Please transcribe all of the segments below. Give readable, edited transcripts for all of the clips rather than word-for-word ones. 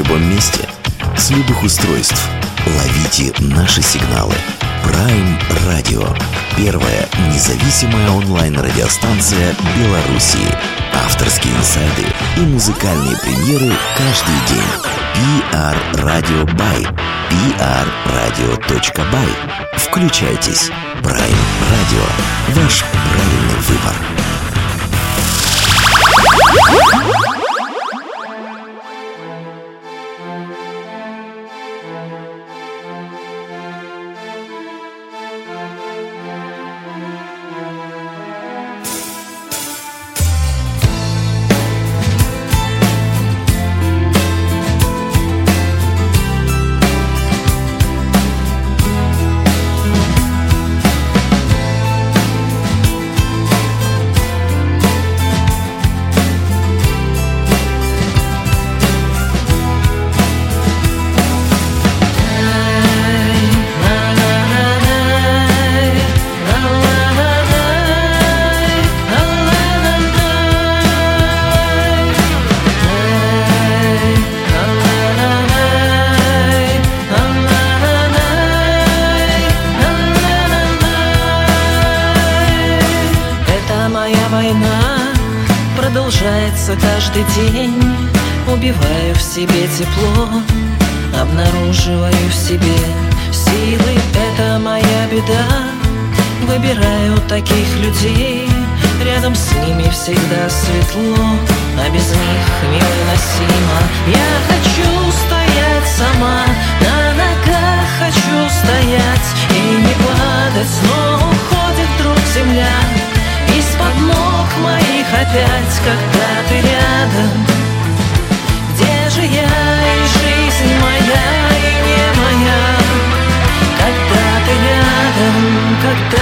любом месте, с любых устройств. Ловите наши сигналы. Prime Radio. Первая независимая онлайн-радиостанция Беларуси. Авторские инсайды и музыкальные премьеры каждый день. PR Radio by. prradio.by. Включайтесь. Prime Radio. Ваш правильный выбор. Каждый день убиваю в себе тепло, обнаруживаю в себе силы. Это моя беда. Выбираю таких людей, рядом с ними всегда светло, а без них невыносимо. Я хочу стоять сама, на ногах хочу стоять и не падать, но уходит вдруг земля из-под ног моих опять, когда ты рядом. Где же я и жизнь моя и не моя? Когда ты рядом,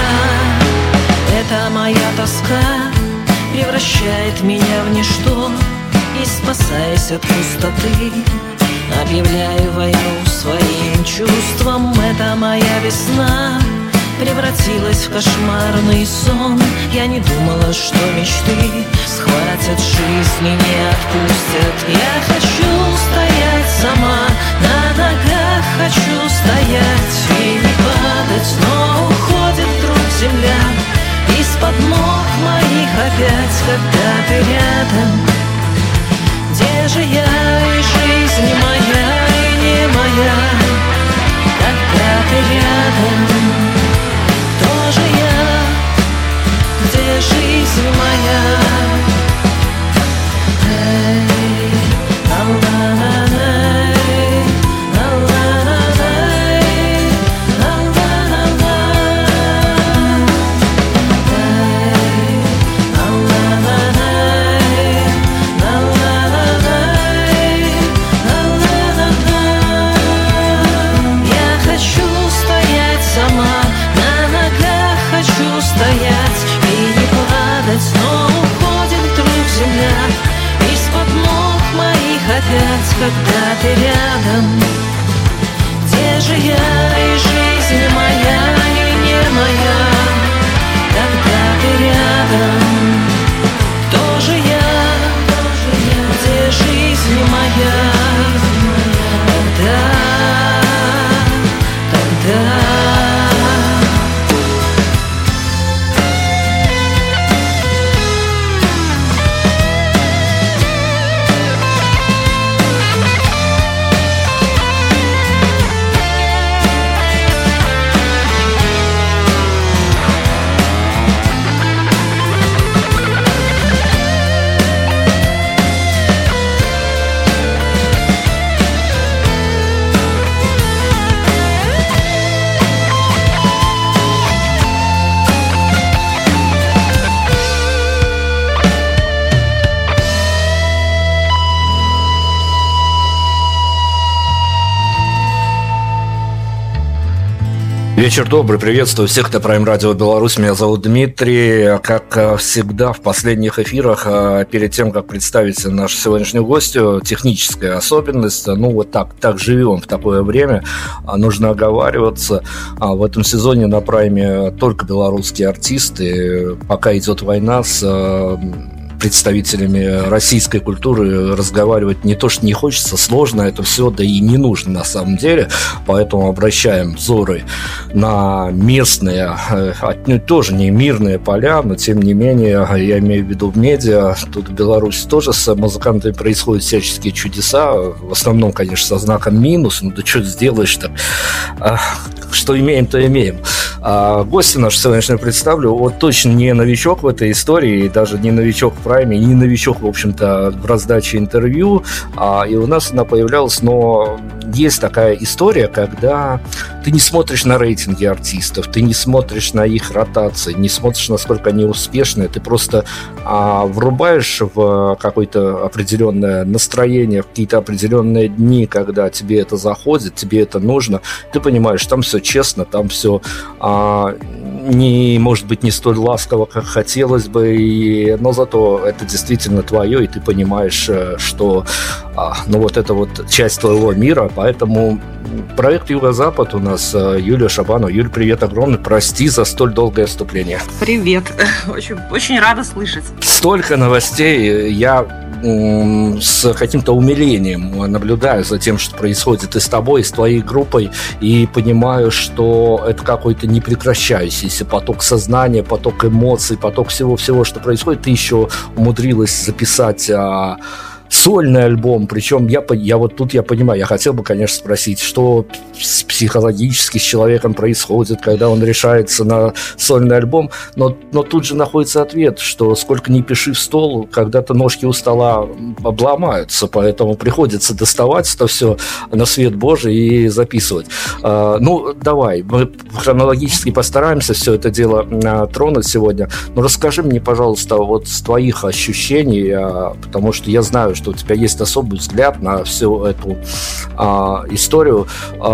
когда эта моя тоска превращает меня в ничто, и, спасаясь от пустоты, объявляю войну своим чувствам. Это моя весна превратилась в кошмарный сон. Я не думала, что мечты схватят жизнь и не отпустят. Я хочу стоять сама, на ногах хочу стоять и не падать, но уходит вдруг земля из-под ног моих опять, когда ты рядом. Где же я и жизнь моя и не моя? Когда ты рядом, кто же я? Где жизнь моя? Когда ты рядом, где же я и жизнь моя и не моя? Когда ты рядом, кто же я, где жизнь моя? Когда Вечер добрый, приветствую всех, кто Prime Radio Беларусь. Меня зовут Дмитрий. Как всегда, в последних эфирах, перед тем, как представить нашу сегодняшнюю гостью, техническая особенность. Ну, вот так живем в такое время. Нужно оговариваться. В этом сезоне на Прайме только белорусские артисты. Пока идет война с представителями российской культуры разговаривать не то, что не хочется, сложно это все, да и не нужно на самом деле. Поэтому обращаем взоры на местные, отнюдь тоже не мирные поля, но тем не менее, я имею в виду в медиа, тут в Беларуси тоже с музыкантами происходят всяческие чудеса, в основном, конечно, со знаком минус, ну да что сделаешь-то, что имеем, то имеем. Гостя нашу сегодняшнюю представлю, вот точно не новичок в этой истории, даже не новичок в прайме, не новичок, в общем-то, в раздаче интервью, и у нас она появлялась, но есть такая история, когда ты не смотришь на рейтинги артистов, ты не смотришь на их ротации, не смотришь, насколько они успешны, ты просто врубаешь в какое-то определенное настроение, в какие-то определенные дни, когда тебе это заходит, тебе это нужно, ты понимаешь, там все честно, там все не, может быть, не столь ласково, как хотелось бы, но зато это действительно твое, и ты понимаешь, что ну вот это вот часть твоего мира, поэтому проект «Юго-Запад» у нас Юлия Шабанова. Юль, привет огромный, прости за столь долгое вступление. Привет, очень рада слышать. Столько новостей, я с каким-то умилением наблюдаю за тем, что происходит и с тобой, и с твоей группой, и понимаю, что это какой-то непрекращающийся поток сознания, поток эмоций, поток всего-всего, что происходит. Ты еще умудрилась записать сольный альбом, причем я вот тут я понимаю, я хотел бы, конечно, спросить, что психологически с человеком происходит, когда он решается на сольный альбом, но тут же находится ответ, что сколько ни пиши в стол, когда-то ножки у стола обломаются, поэтому приходится доставать это все на свет Божий и записывать. Ну, давай, мы хронологически постараемся все это дело тронуть сегодня, но расскажи мне, пожалуйста, вот с твоих ощущений, потому что я знаю, что у тебя есть особый взгляд на всю эту историю.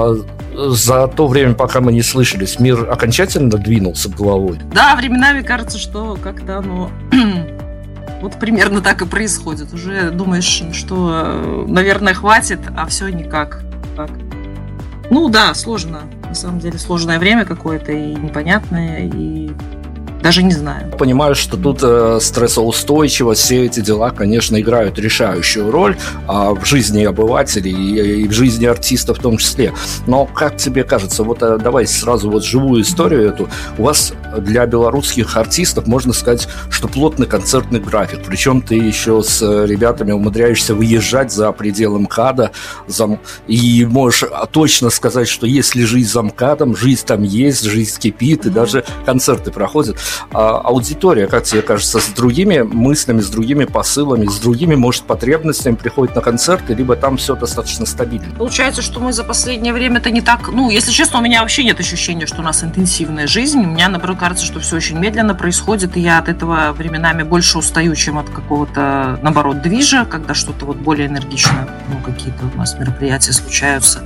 За то время, пока мы не слышались, мир окончательно двинулся головой? Да, временами кажется, что как-то оно вот примерно так и происходит. Уже думаешь, что, наверное, хватит, а все никак. Так. Ну да, сложно. На самом деле сложное время какое-то и непонятное, и даже не знаю. Понимаю, что тут стрессоустойчивость, все эти дела, конечно, играют решающую роль в жизни обывателей и в жизни артистов в том числе. Но как тебе кажется, вот давай сразу вот живую историю эту. У вас для белорусских артистов, можно сказать, что плотный концертный график. Причем ты еще с ребятами умудряешься выезжать за пределы МКАДа и можешь точно сказать, что если жизнь за МКАДом, жизнь там есть, жизнь кипит, и даже концерты проходят. Аудитория, как тебе кажется, с другими мыслями, с другими посылами, с другими, может, потребностями приходит на концерты, либо там все достаточно стабильно? Получается, что мы за последнее время-то не так... Ну, если честно, у меня вообще нет ощущения, что у нас интенсивная жизнь. У меня, наоборот, кажется, что все очень медленно происходит, и я от этого временами больше устаю, чем от какого-то, наоборот, движа, когда что-то вот более энергичное, ну, какие-то у нас мероприятия случаются.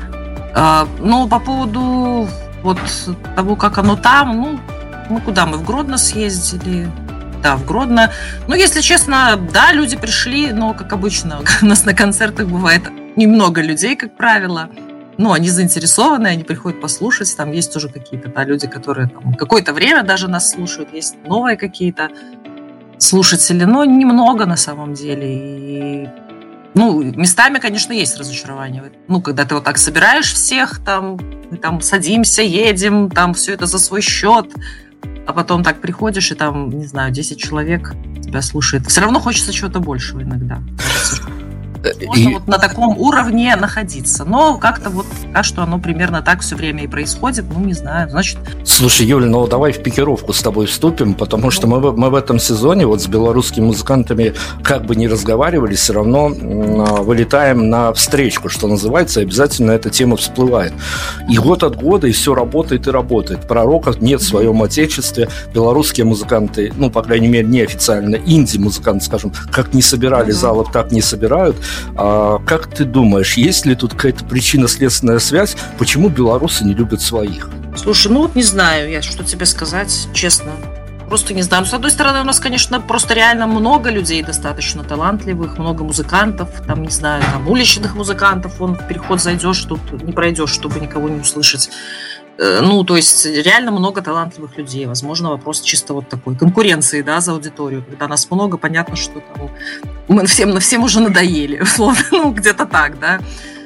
Ну, по поводу вот того, как оно там, ну, куда мы в Гродно съездили? Да, в Гродно. Ну, если честно, да, люди пришли, но, как обычно, у нас на концертах бывает немного людей, как правило. Ну, они заинтересованы, они приходят послушать. Там есть тоже какие-то люди, которые там какое-то время даже нас слушают. Есть новые какие-то слушатели, но немного на самом деле. И, ну, местами, конечно, есть разочарование. Ну, когда ты вот так собираешь всех, там, мы там садимся, едем, там все это за свой счет. А потом так приходишь, и там, не знаю, 10 человек тебя слушает. Все равно хочется чего-то большего иногда. Можно вот на таком уровне находиться. Но как-то вот пока что оно примерно так все время и происходит. Ну, не знаю, значит... Слушай, Юля, ну давай в пикировку с тобой вступим, потому что мы в этом сезоне вот с белорусскими музыкантами как бы не разговаривали, все равно вылетаем на встречку, что называется, и обязательно эта тема всплывает. И год от года, и все работает и работает. Пророков нет в своем отечестве. Белорусские музыканты, ну, по крайней мере, неофициально, инди-музыканты, скажем, как не собирали залов, так не собирают. Как ты думаешь, есть ли тут какая-то причинно-следственная связь, почему белорусы не любят своих? Слушай, ну вот не знаю я, что тебе сказать, честно. Просто не знаю. Ну, с одной стороны, у нас, конечно, просто реально много людей достаточно талантливых, много музыкантов, там, не знаю, там, уличных музыкантов, вон в переход зайдешь, тут не пройдешь, чтобы никого не услышать. То есть реально много талантливых людей. Возможно, вопрос чисто вот такой конкуренции, да, за аудиторию. Когда нас много, понятно, что там мы всем уже надоели, условно, где-то так, да.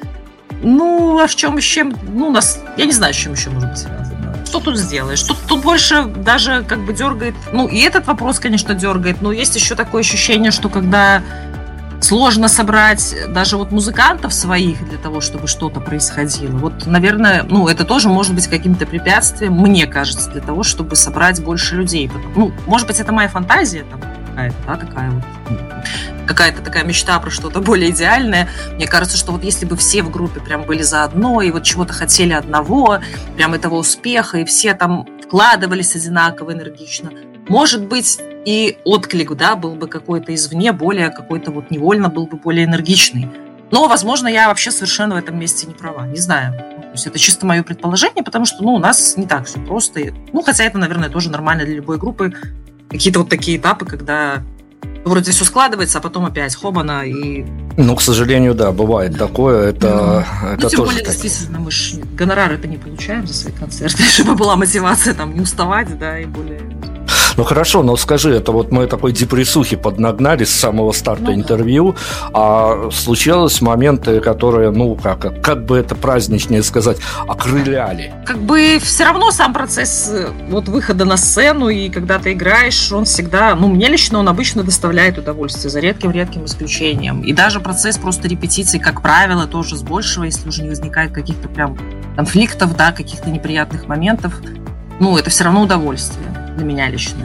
А с чем еще? Я не знаю, с чем еще может быть связано. Что тут сделаешь? Тут больше даже как бы дергает. И этот вопрос, конечно, дергает, но есть еще такое ощущение, что когда сложно собрать даже вот музыкантов своих для того, чтобы что-то происходило. Вот, наверное, это тоже может быть каким-то препятствием, мне кажется, для того, чтобы собрать больше людей. Может быть, это моя фантазия там какая-то, да, такая вот, какая-то такая мечта про что-то более идеальное. Мне кажется, что вот если бы все в группе прям были заодно и вот чего-то хотели одного, прям этого успеха, и все там вкладывались одинаково энергично, может быть, и отклик, да, был бы какой-то извне, более какой-то вот невольно был бы более энергичный. Но, возможно, я вообще совершенно в этом месте не права, не знаю. То есть это чисто мое предположение, потому что, у нас не так все просто. Хотя это, наверное, тоже нормально для любой группы. Какие-то вот такие этапы, когда вроде все складывается, а потом опять хобана и... к сожалению, да, бывает такое. Это тем тоже более, действительно, мы же гонорары-то не получаем за свои концерты, чтобы была мотивация там не уставать, да, и более... Хорошо, но скажи, это вот мы такой депрессухи поднагнали с самого старта интервью, а случались моменты, которые, как бы это праздничнее сказать, окрыляли. Как бы все равно сам процесс вот выхода на сцену, и когда ты играешь, он всегда, мне лично он обычно доставляет удовольствие, за редким исключением. И даже процесс просто репетиций, как правило, тоже с большего, если уже не возникает каких-то прям конфликтов, да, каких-то неприятных моментов, это все равно удовольствие для меня лично.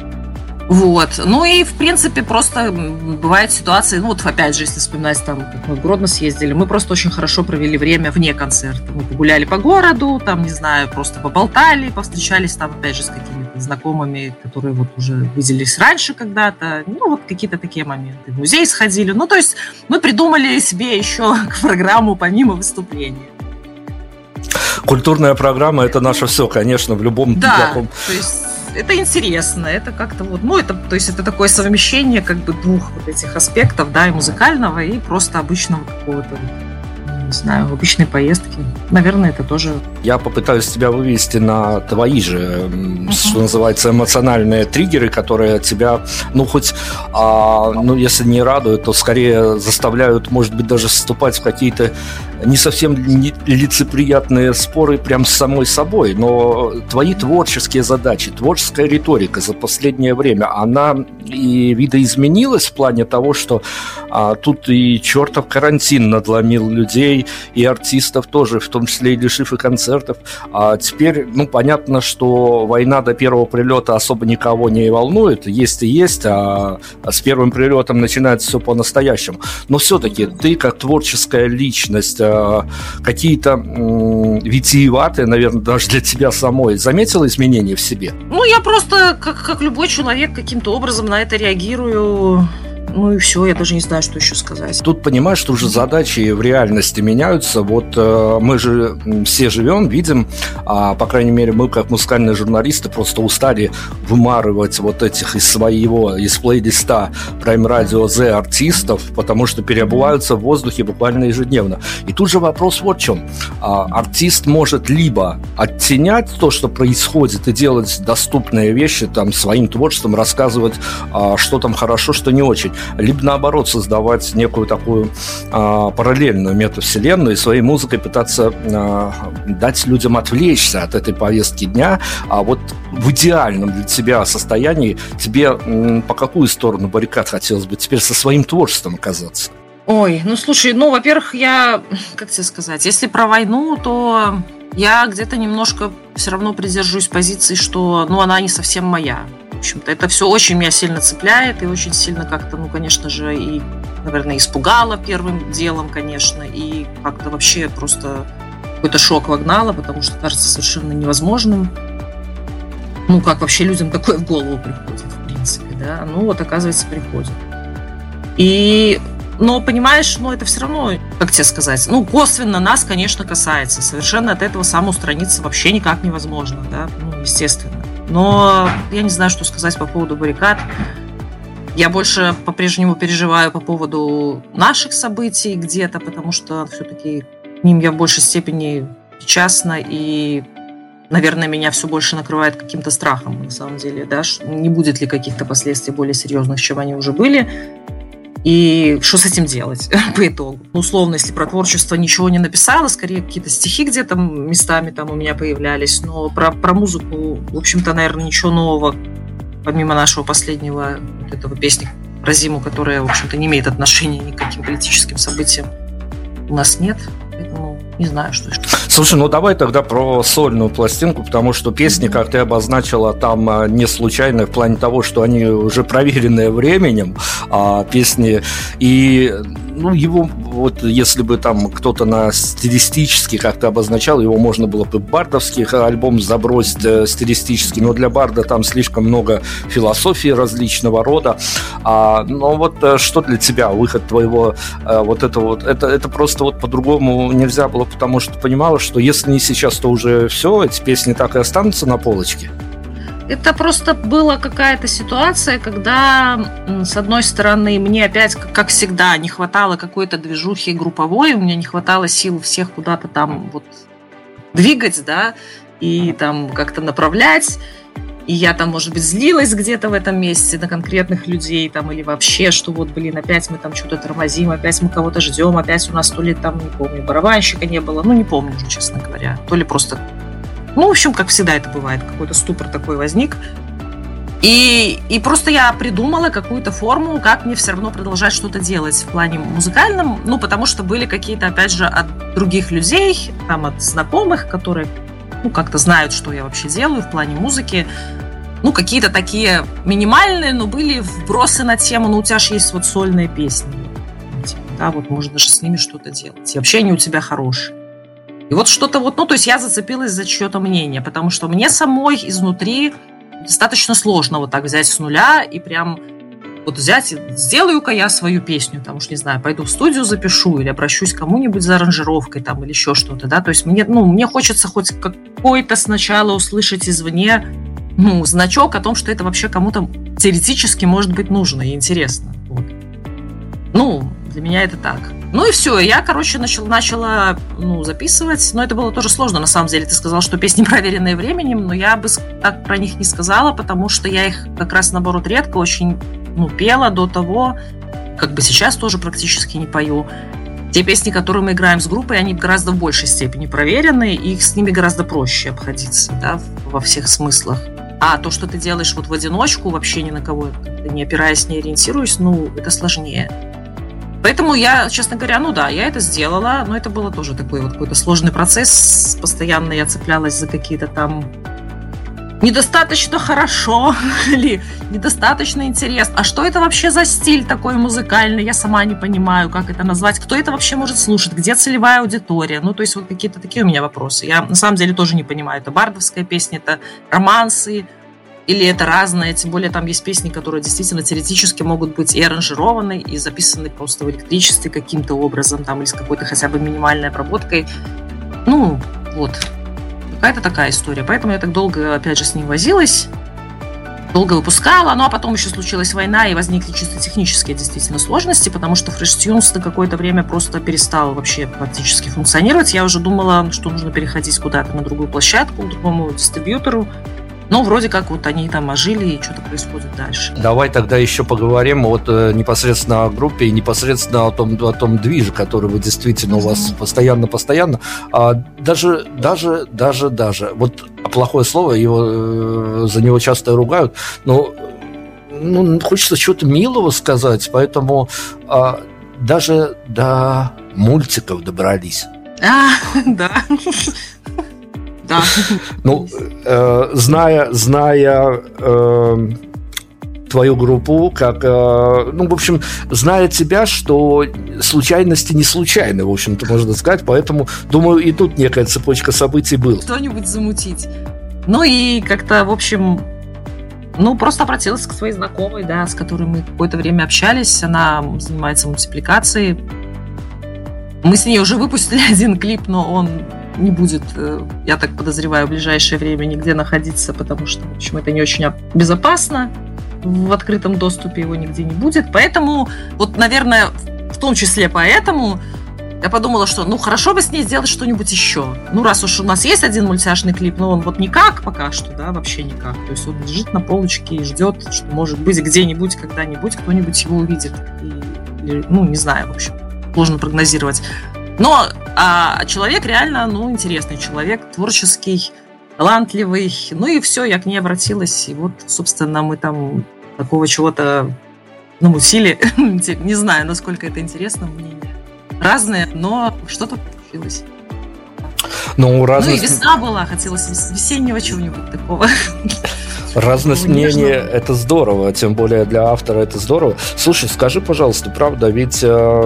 Вот. И, в принципе, просто бывают ситуации, опять же, если вспоминать, там, как мы в Гродно съездили, мы просто очень хорошо провели время вне концерта. Мы погуляли по городу, там, не знаю, просто поболтали, повстречались там, опять же, с какими-то знакомыми, которые вот уже виделись раньше когда-то. Какие-то такие моменты. В музей сходили. То есть мы придумали себе еще программу помимо выступления. Культурная программа – это наше все, конечно, в любом таком... то есть это интересно, это как-то то есть это такое совмещение как бы двух вот этих аспектов, да, и музыкального, и просто обычного какого-то, не знаю, обычной поездки. Наверное, это тоже... Я попытаюсь тебя вывести на твои же, что называется, эмоциональные триггеры, которые тебя, хоть, если не радуют, то скорее заставляют, может быть, даже вступать в какие-то не совсем лицеприятные споры прям с самой собой, но твои творческие задачи, творческая риторика за последнее время, она и видоизменилась в плане того, что тут и чертов карантин надломил людей, и артистов тоже, в том числе и лишив и концертов. А теперь, понятно, что война до первого прилета особо никого не волнует, есть и есть, а с первым прилетом начинается все по-настоящему. Но все-таки ты, как творческая личность, какие-то витиеватые, наверное, даже для тебя самой, заметила изменения в себе? Я просто, как любой человек, каким-то образом на это реагирую. И все, я даже не знаю, что еще сказать. Тут понимаешь, что уже задачи в реальности меняются. Вот мы же все живем, видим, по крайней мере, мы как музыкальные журналисты просто устали вымарывать вот этих из плейлиста Prime Radio The артистов, потому что переобуваются в воздухе буквально ежедневно. И тут же вопрос вот в чем. Артист может либо оттенять то, что происходит, и делать доступные вещи, там, своим творчеством рассказывать, что там хорошо, что не очень, либо наоборот создавать некую такую параллельную метавселенную и своей музыкой пытаться дать людям отвлечься от этой повестки дня. А вот в идеальном для тебя состоянии тебе по какую сторону баррикад хотелось бы теперь со своим творчеством оказаться? Ой, слушай, во-первых, как тебе сказать, если про войну, то я где-то немножко все равно придерживаюсь позиции, что, она не совсем моя. В общем-то, это все очень меня сильно цепляет и очень сильно как-то, конечно же, и, наверное, испугало первым делом, конечно, и как-то вообще просто какой-то шок вогнало, потому что кажется совершенно невозможным. Как вообще людям такое в голову приходит, в принципе, да? Оказывается, приходит. Но, понимаешь, это все равно, как тебе сказать, косвенно нас, конечно, касается. Совершенно от этого самоустраниться вообще никак невозможно, да, естественно. Но я не знаю, что сказать по поводу баррикад. Я больше по-прежнему переживаю по поводу наших событий где-то, потому что все-таки к ним я в большей степени причастна. И наверное, меня все больше накрывает каким-то страхом, на самом деле, да, не будет ли каких-то последствий более серьезных, чем они уже были, и что с этим делать по итогу. Условно, если про творчество ничего не написала, скорее какие-то стихи где-то местами там у меня появлялись, но про музыку, в общем-то, наверное, ничего нового, помимо нашего последнего вот этого песни про зиму, которая, в общем-то, не имеет отношения ни к каким политическим событиям, у нас нет. Поэтому не знаю, что. Слушай, ну давай тогда про сольную пластинку, потому что песни, как ты обозначила, там не случайные в плане того, что они уже проверенные временем, песни, и ну, его, вот если бы там кто-то на стилистически как-то обозначал, его можно было бы бардовский альбом забросить стилистически, но для барда там слишком много философии различного рода. Но вот что для тебя выход твоего это просто вот по-другому нельзя было, потому что понимала, что если не сейчас, то уже все, эти песни так и останутся на полочке. Это просто была какая-то ситуация, когда, с одной стороны, мне опять, как всегда, не хватало какой-то движухи групповой, у меня не хватало сил всех куда-то там вот двигать, да, и там как-то направлять. И я там, может быть, злилась где-то в этом месте на конкретных людей там, или вообще, что вот, блин, опять мы там что-то тормозим, опять мы кого-то ждем, опять у нас то ли там, не помню, барабанщика не было, ну, не помню уже, честно говоря, то ли просто... Ну, в общем, как всегда это бывает, какой-то ступор такой возник. И просто я придумала какую-то форму, как мне все равно продолжать что-то делать в плане музыкальном, ну, потому что были какие-то, опять же, от других людей, там, от знакомых, которые, ну, как-то знают, что я вообще делаю в плане музыки, ну, какие-то такие минимальные, но были вбросы на тему, ну, у тебя же есть вот сольные песни, да, вот можно же с ними что-то делать, и вообще они у тебя хорошие. И вот что-то вот, ну, то есть я зацепилась за чье-то мнение, потому что мне самой изнутри достаточно сложно вот так взять с нуля и прям вот взять, сделаю-ка я свою песню, там уж не знаю, пойду в студию запишу или обращусь к кому-нибудь за аранжировкой там или еще что-то, да, то есть мне хочется хоть какой-то сначала услышать извне, ну, значок о том, что это вообще кому-то теоретически может быть нужно и интересно, вот. Ну, для меня это так. Ну и все, я, короче, начала записывать, но это было тоже сложно, на самом деле. Ты сказал, что песни проверенные временем, но я бы так про них не сказала, потому что я их как раз, наоборот, редко очень пела до того, как бы сейчас тоже практически не пою. Те песни, которые мы играем с группой, они гораздо в большей степени проверены, и с ними гораздо проще обходиться, да, во всех смыслах. А то, что ты делаешь вот в одиночку, вообще ни на кого не опираясь, не ориентируясь, это сложнее. Поэтому я, честно говоря, я это сделала, но это было тоже такой вот какой-то сложный процесс. Постоянно я цеплялась за какие-то там недостаточно хорошо или недостаточно интересно. А что это вообще за стиль такой музыкальный? Я сама не понимаю, как это назвать. Кто это вообще может слушать? Где целевая аудитория? Ну, то есть вот какие-то такие у меня вопросы. Я на самом деле тоже не понимаю. Это бардовская песня, это романсы, или это разное, тем более там есть песни, которые действительно теоретически могут быть и аранжированы, и записаны просто в электричестве каким-то образом, там, или с какой-то хотя бы минимальной обработкой. Ну, вот. Какая-то такая история. Поэтому я так долго, опять же, с ним возилась, долго выпускала. Ну, а потом еще случилась война, и возникли чисто технические действительно сложности, потому что FreshTunes на какое-то время просто перестал вообще практически функционировать. Я уже думала, что нужно переходить куда-то на другую площадку, к другому дистрибьютору. Но вроде как вот они там ожили, и что-то происходит дальше. Давай тогда еще поговорим вот непосредственно о группе и непосредственно о том движе, который вы действительно у вас постоянно. Даже, вот плохое слово, его за него часто ругают, но хочется чего-то милого сказать, поэтому даже до мультиков добрались. Да. Да. Ну, зная твою группу, как, в общем, зная тебя, что случайности не случайны, в общем-то, можно сказать, поэтому, думаю, и тут некая цепочка событий была. Что-нибудь замутить. Ну и как-то, в общем, просто обратилась к своей знакомой, да, с которой мы какое-то время общались, она занимается мультипликацией. Мы с ней уже выпустили один клип, но он не будет, я так подозреваю, в ближайшее время нигде находиться, потому что, в общем, это не очень безопасно. В открытом доступе его нигде не будет. Поэтому, вот, наверное, в том числе поэтому Я подумала, что хорошо бы с ней сделать что-нибудь еще. Раз уж у нас есть один мультяшный клип, но он вот никак пока что, да, вообще никак. То есть он лежит на полочке и ждет, что, может быть, где-нибудь, когда-нибудь кто-нибудь его увидит. Или, не знаю, в общем, сложно прогнозировать. Но человек реально, интересный человек, творческий, талантливый. И все, я к ней обратилась. И вот, собственно, мы там такого чего-то намутили. Не знаю, насколько это интересно мне. Разные, но что-то получилось. И весна была, хотелось весеннего чего-нибудь такого. Разность мнений – это здорово, тем более для автора это здорово. Слушай, скажи, пожалуйста, правда, ведь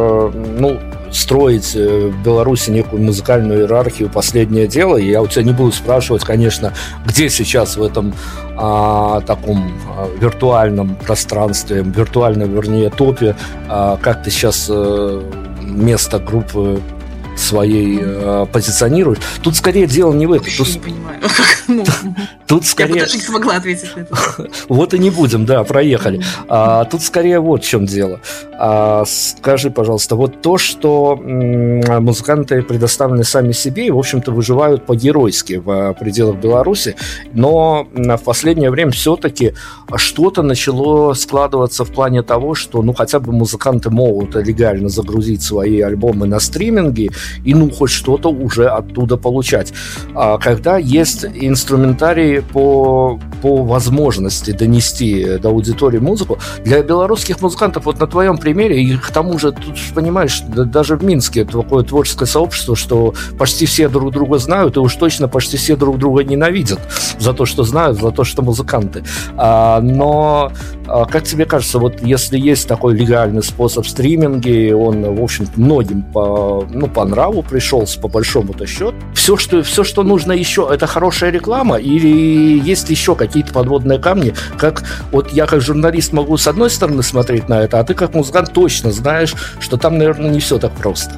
строить в Беларуси некую музыкальную иерархию – последнее дело. И я у тебя не буду спрашивать, конечно, где сейчас в этом таком виртуальном пространстве, виртуальном, вернее, топе, как ты сейчас место группы своей позиционируешь. Тут скорее дело не в этом. Не понимаю. Тут скорее... Я бы даже не смогла ответить на это. Вот и не будем, да, проехали. Тут скорее вот в чем дело. Скажи, пожалуйста, вот то, что музыканты предоставлены сами себе и, в общем-то, выживают по-геройски в пределах Беларуси, но в последнее время все-таки что-то начало складываться в плане того, что, хотя бы музыканты могут легально загрузить свои альбомы на стриминги и, хоть что-то уже оттуда получать. Когда есть инструментарий по возможности донести до аудитории музыку, для белорусских музыкантов, вот на твоем примере, и к тому же, тут, понимаешь, даже в Минске такое творческое сообщество, что почти все друг друга знают, и уж точно почти все друг друга ненавидят за то, что знают, за то, что музыканты. Но, как тебе кажется, вот если есть такой легальный способ стриминги, он, в общем, многим по нраву пришелся, по большому-то счету, все, что нужно еще, это хорошая реклама, или есть еще какие-то подводные камни, как вот я как журналист могу с одной стороны смотреть на это, а ты как музыкант точно знаешь, что там, наверное, не все так просто.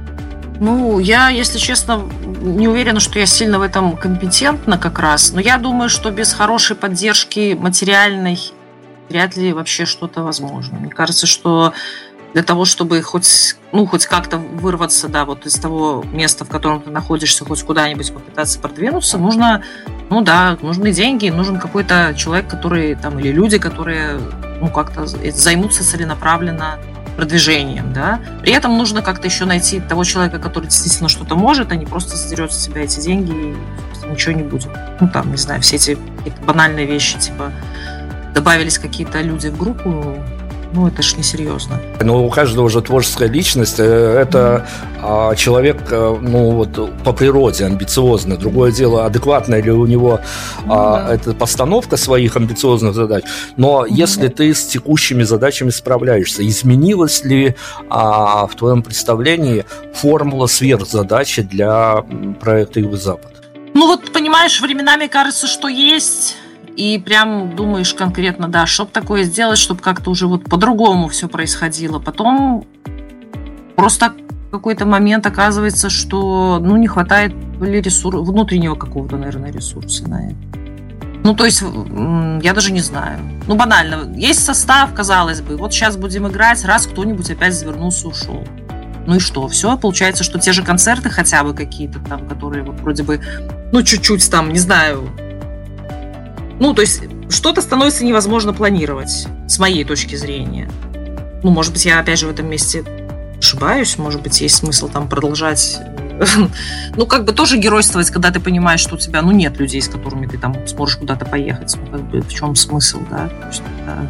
Я, если честно, не уверена, что я сильно в этом компетентна как раз, но я думаю, что без хорошей поддержки материальной вряд ли вообще что-то возможно. Мне кажется, что для того, чтобы хоть как-то вырваться, да, вот из того места, в котором ты находишься, хоть куда-нибудь попытаться продвинуться, нужны деньги, нужен какой-то человек, который там, или люди, которые, как-то займутся целенаправленно продвижением, да. При этом нужно как-то еще найти того человека, который действительно что-то может, а не просто задерет с себя эти деньги и ничего не будет. Не знаю, все эти какие-то банальные вещи, типа добавились какие-то люди в группу, это ж несерьезно. У каждого же творческая личность, это человек, по природе амбициозный. Другое дело, адекватная ли у него эта постановка своих амбициозных задач. Но если ты с текущими задачами справляешься, изменилась ли в твоем представлении формула сверхзадачи для проекта «Юго-Запад»? Понимаешь, временами кажется, что есть... И прям думаешь конкретно, да, что такое сделать, чтобы как-то уже по-другому все происходило. Потом просто в какой-то момент оказывается, что не хватает внутреннего какого-то, наверное, ресурса на это. То есть, я даже не знаю. Банально. Есть состав, казалось бы. Вот сейчас будем играть, раз кто-нибудь опять завернулся, ушел. И что? Все, получается, что те же концерты хотя бы какие-то там, которые вроде бы, чуть-чуть там, не знаю... то есть что-то становится невозможно планировать, с моей точки зрения. Может быть, я опять же в этом месте ошибаюсь, может быть, есть смысл там продолжать, тоже геройствовать, когда ты понимаешь, что у тебя, нет людей, с которыми ты там сможешь куда-то поехать. В чем смысл, да? То есть,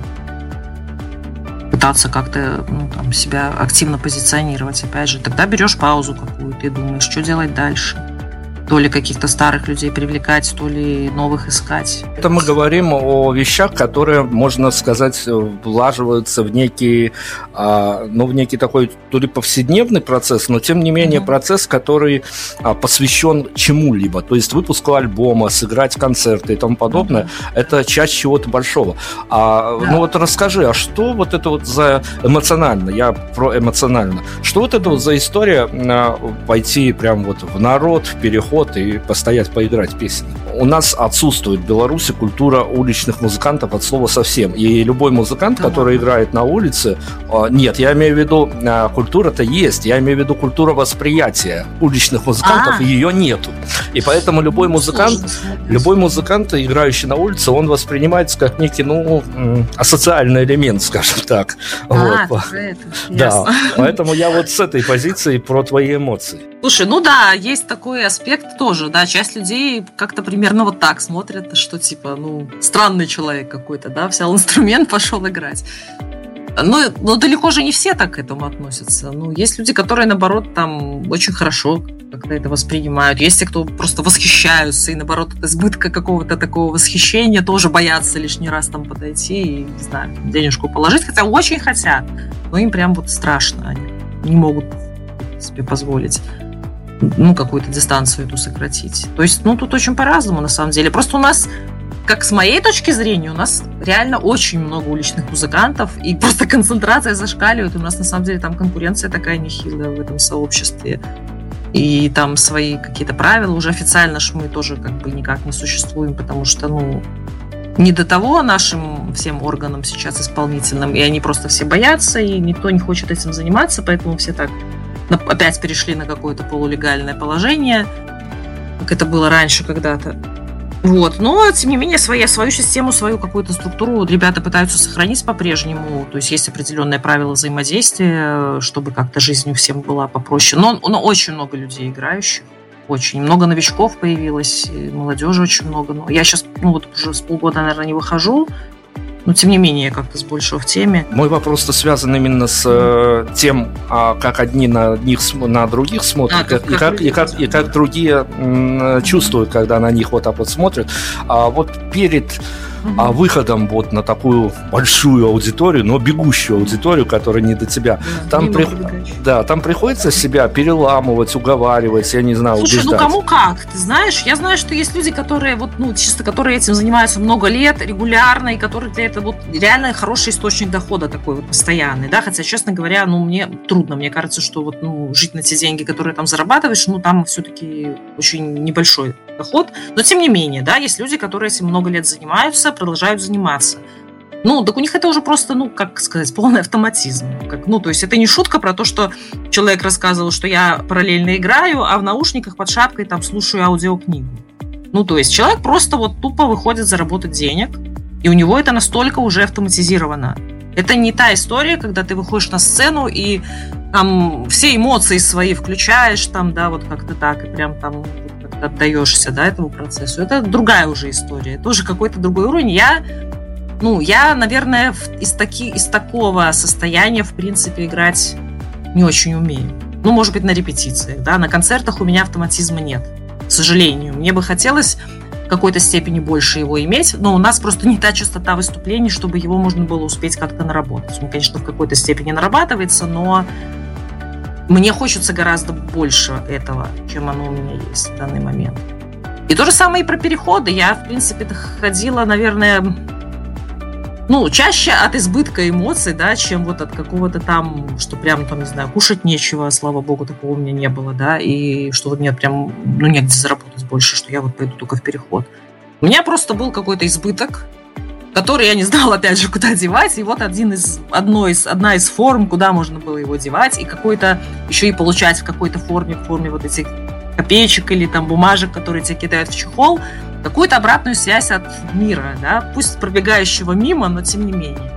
пытаться как-то себя активно позиционировать, опять же. Тогда берешь паузу какую-то и думаешь, что делать дальше. То ли каких-то старых людей привлекать, то ли новых искать. Это мы говорим о вещах, которые, можно сказать, влаживаются в некий такой то ли повседневный процесс, но тем не менее процесс, который посвящен чему-либо. То есть выпуску альбома, сыграть концерты и тому подобное, это часть чего-то большого. Расскажи, а что это за эмоционально, я про эмоционально, что это за история пойти прям в народ, в переход, вход и постоять, поиграть песни. У нас отсутствует в Беларуси культура уличных музыкантов от слова совсем. И любой музыкант, который играет на улице... Нет, я имею в виду, культура-то есть. Я имею в виду культура восприятия уличных музыкантов, ее нету. И поэтому любой музыкант, играющий на улице, он воспринимается как некий, асоциальный элемент, скажем так. Да, поэтому я вот с этой позиции про твои эмоции. Слушай, есть такой аспект тоже, да, часть людей как-то примерно вот так смотрят, что типа, странный человек какой-то, да, взял инструмент, пошел играть. Но далеко же не все так к этому относятся. Есть люди, которые, наоборот, там очень хорошо как-то это воспринимают. Есть те, кто просто восхищаются, и, наоборот, от избытка какого-то такого восхищения тоже боятся лишний раз там подойти и, не знаю, денежку положить, хотя очень хотят, но им прям вот страшно, они не могут себе позволить какую-то дистанцию эту сократить. То есть, тут очень по-разному, на самом деле. Просто у нас, как с моей точки зрения, у нас реально очень много уличных музыкантов, и просто концентрация зашкаливает. У нас, на самом деле, там конкуренция такая нехилая в этом сообществе. И там свои какие-то правила. Уже официально ж мы тоже как бы никак не существуем, потому что, не до того нашим всем органам сейчас исполнительным, и они просто все боятся, и никто не хочет этим заниматься, поэтому все так опять перешли на какое-то полулегальное положение, как это было раньше когда-то. Но, тем не менее, свою систему, свою какую-то структуру ребята пытаются сохранить по-прежнему. То есть есть определенные правила взаимодействия, чтобы как-то жизнь у всем была попроще. Но очень много людей играющих. Очень много новичков появилось, молодежи очень много. Но я сейчас, уже с полгода, наверное, не выхожу. Но, тем не менее, я как-то с большего в теме. Мой вопрос-то связан именно с тем, как одни на других смотрят, и как другие чувствуют, когда на них вот так вот смотрят. Перед выходом вот на такую большую аудиторию, но бегущую аудиторию, которая не до тебя, там приходится себя переламывать, уговаривать, я не знаю, убеждать. Слушай, кому как, ты знаешь? Я знаю, что есть люди, которые чисто которые этим занимаются много лет, регулярно, и которые для этого реально хороший источник дохода такой постоянный, да, хотя, честно говоря, мне трудно, мне кажется, что жить на те деньги, которые там зарабатываешь, там все-таки очень небольшой доход, но тем не менее, да, есть люди, которые этим много лет занимаются, продолжают заниматься. Так у них это уже просто, как сказать, полный автоматизм. То есть это не шутка про то, что человек рассказывал, что я параллельно играю, а в наушниках под шапкой там слушаю аудиокнигу. То есть человек просто тупо выходит заработать денег, и у него это настолько уже автоматизировано. Это не та история, когда ты выходишь на сцену и там все эмоции свои включаешь, там, да, вот как-то так, и прям там отдаешься, да, этому процессу. Это другая уже история, тоже какой-то другой уровень. Я, наверное, из такого состояния, в принципе, играть не очень умею. Может быть, на репетициях, да, на концертах у меня автоматизма нет, к сожалению. Мне бы хотелось в какой-то степени больше его иметь, но у нас просто не та частота выступлений, чтобы его можно было успеть как-то наработать. Он, конечно, в какой-то степени нарабатывается, но мне хочется гораздо больше этого, чем оно у меня есть в данный момент. И то же самое и про переходы. Я, в принципе, ходила, наверное, чаще от избытка эмоций, да, чем от какого-то там, что прям, не знаю, кушать нечего, слава богу, такого у меня не было, да, и что мне прям, негде заработать больше, что я пойду только в переход. У меня просто был какой-то избыток, который я не знала, опять же, куда девать, и одна из форм, куда можно было его девать, и какой-то еще и получать в какой-то форме вот этих копеечек или там бумажек, которые тебе кидают в чехол, какую-то обратную связь от мира, да, пусть пробегающего мимо, но тем не менее.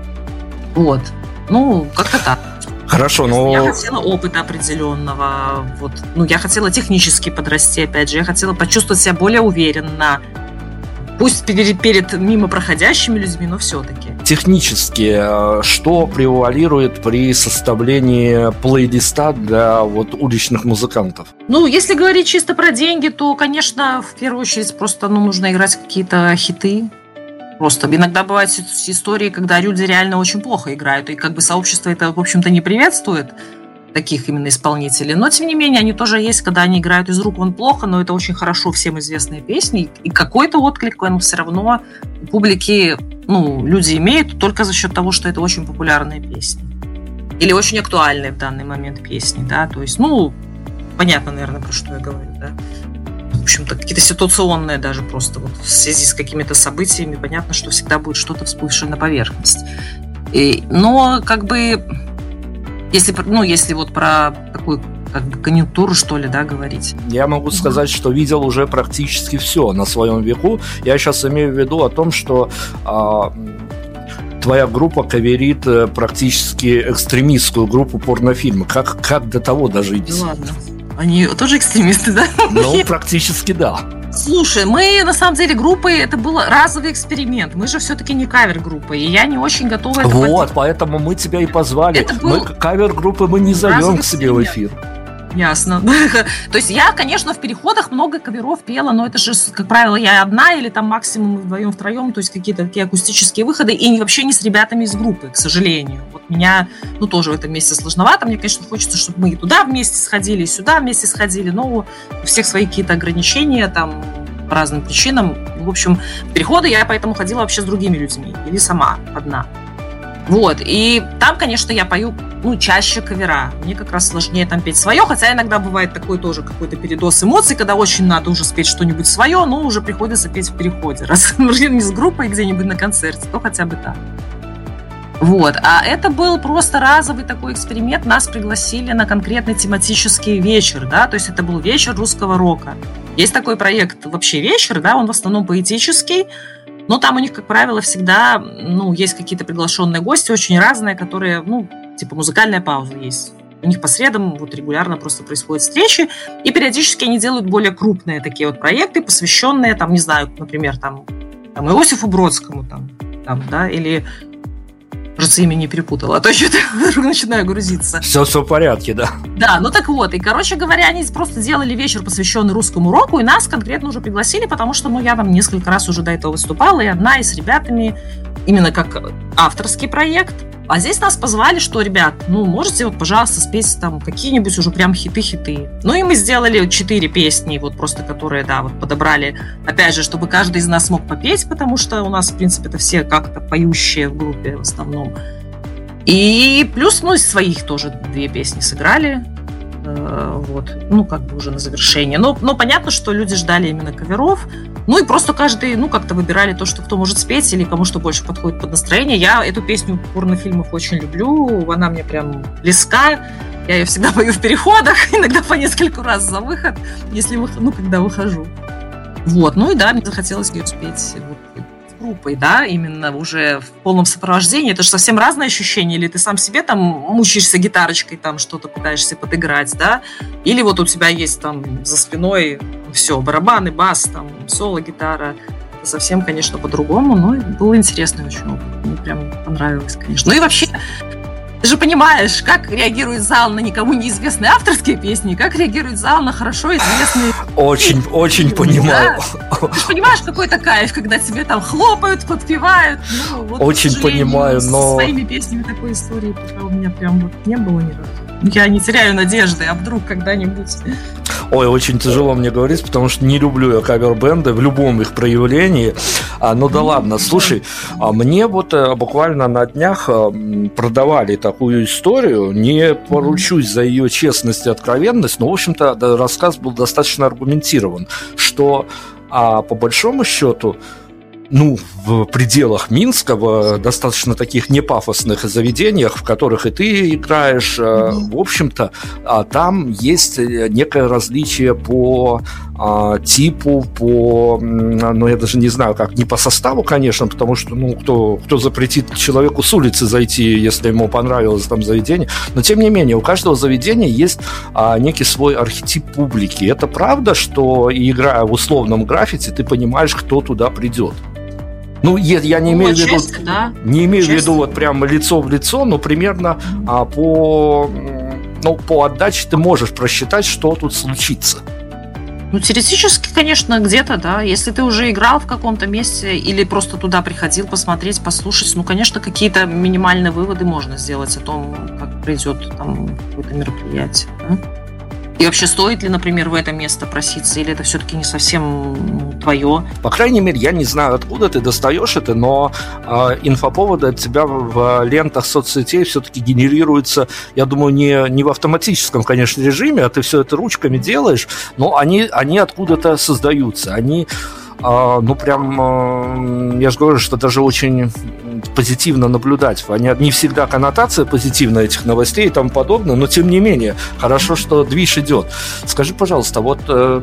Как-то так. Хорошо, но... Я хотела опыта определенного, я хотела технически подрасти, опять же, я хотела почувствовать себя более уверенно, пусть перед мимо проходящими людьми, но все-таки. Технически, что превалирует при составлении плейлиста для уличных музыкантов? Если говорить чисто про деньги, то, конечно, в первую очередь просто нужно играть какие-то хиты. Просто иногда бывают истории, когда люди реально очень плохо играют, и сообщество это, в общем-то, не приветствует таких именно исполнителей. Но, тем не менее, они тоже есть, когда они играют из рук вон плохо, но это очень хорошо всем известные песни, и какой-то отклик, он все равно у публики, люди имеют только за счет того, что это очень популярные песни. Или очень актуальные в данный момент песни, да, то есть, понятно, наверное, про что я говорю, да. общем-то, какие-то ситуационные даже просто вот в связи с какими-то событиями, понятно, что всегда будет что-то всплывшее на поверхность. Но как бы, если вот про такую как бы конъюнктуру, что ли, да, говорить. Я могу сказать, что видел уже практически все на своем веку. Я сейчас имею в виду о том, что твоя группа каверит практически экстремистскую группу порнофильма. Как до того дожить? Да ладно. Они тоже экстремисты, да? Ну, практически да. Слушай, мы, на самом деле, группой, это был разовый эксперимент. Мы же все-таки не кавер-группа, и я не очень готова это Вот, поэтому мы тебя и позвали. Мы кавер-группы мы не зовем к себе в эфир. Ясно. То есть я, конечно, в переходах много каверов пела, но это же, как правило, я одна или там максимум вдвоем, втроем, то есть какие-то такие акустические выходы, и вообще не с ребятами из группы, к сожалению. Вот меня, тоже в этом месте сложновато. Мне, конечно, хочется, чтобы мы и туда вместе сходили, и сюда вместе сходили, но у всех свои какие-то ограничения там по разным причинам. В общем, в переходы я поэтому ходила вообще с другими людьми или сама одна. Вот, и там, конечно, я пою, чаще кавера. Мне как раз сложнее там петь свое, хотя иногда бывает такой тоже какой-то передоз эмоций, когда очень надо уже спеть что-нибудь свое, но уже приходится петь в переходе. Раз не с группой где-нибудь на концерте, то хотя бы так. Вот, а это был просто разовый такой эксперимент. Нас пригласили на конкретный тематический вечер, да, то есть это был вечер русского рока. Есть такой проект вообще вечер, да, он в основном поэтический, но там у них, как правило, всегда, есть какие-то приглашенные гости, очень разные, которые, типа музыкальная пауза есть. У них по средам вот регулярно просто происходят встречи, и периодически они делают более крупные такие вот проекты, посвященные, там, не знаю, например, там Иосифу Бродскому, там, да, или... Кажется, имя не перепутала, а то еще начинаю грузиться. Все в порядке, да. Да, так вот. И, короче говоря, они просто делали вечер, посвященный русскому року, и нас конкретно уже пригласили, потому что, я там несколько раз уже до этого выступала, и одна, и с ребятами, именно как авторский проект. А здесь нас позвали, что, ребят, можете вот, пожалуйста, спеть там какие-нибудь уже прям хиты-хиты. И мы сделали 4 песни, вот просто которые, да, вот подобрали, опять же, чтобы каждый из нас мог попеть, потому что у нас, в принципе, это все как-то поющие в группе в основном. И плюс, из своих тоже 2 песни сыграли. Вот, как бы уже на завершение. Но понятно, что люди ждали именно каверов. И просто каждый, как-то выбирали то, что кто может спеть или кому что больше подходит под настроение. Я эту песню порнофильмов очень люблю. Она мне прям близка. Я ее всегда пою в переходах, иногда по нескольку раз за выход, если когда выхожу. Вот, и да, мне захотелось ее спеть группой, да, именно уже в полном сопровождении. Это же совсем разное ощущение. Или ты сам себе там мучаешься гитарочкой, там что-то пытаешься подыграть, да, или вот у тебя есть там за спиной все, барабаны, бас, там, соло, гитара. Это совсем, конечно, по-другому, но было интересно очень опыт. Мне прям понравилось, конечно. И вообще, ты же понимаешь, как реагирует зал на никому неизвестные авторские песни, как реагирует зал на хорошо известные... Очень понимаю. Да? Ты же понимаешь, какой это кайф, когда тебе там хлопают, подпевают. Очень понимаю, но... Со своими песнями такой истории пока у меня прям не было ни разу. Я не теряю надежды, а вдруг когда-нибудь... Ой, очень тяжело мне говорить, потому что не люблю я кавер-бенды в любом их проявлении. Да ладно, слушай, мне вот буквально на днях продавали такую историю, не поручусь за ее честность и откровенность, но, в общем-то, рассказ был достаточно аргументирован, что по большому счету, в пределах Минска, в достаточно таких непафосных заведениях, в которых и ты играешь, в общем-то, там есть некое различие по типу, я даже не знаю как, не по составу, конечно, потому что, кто запретит человеку с улицы зайти, если ему понравилось там заведение, но тем не менее, у каждого заведения есть некий свой архетип публики. Это правда, что, играя в условном граффити, ты понимаешь, кто туда придет? Я не имею в виду, не имею в виду вот прямо лицо в лицо, но примерно по отдаче ты можешь просчитать, что тут случится. Теоретически, конечно, где-то, да. Если ты уже играл в каком-то месте или просто туда приходил посмотреть, послушать, конечно, какие-то минимальные выводы можно сделать о том, как придет там какое-то мероприятие, да? И вообще, стоит ли, например, в это место проситься, или это все-таки не совсем твое? По крайней мере, я не знаю, откуда ты достаешь это, но инфоповоды от тебя в лентах соцсетей все-таки генерируются, я думаю, не в автоматическом, конечно, режиме, а ты все это ручками делаешь, но они откуда-то создаются. Они, я же говорю, что даже очень позитивно наблюдать. Не всегда коннотация позитивна этих новостей и тому подобное, но тем не менее, хорошо, что движ идет. Скажи, пожалуйста, вот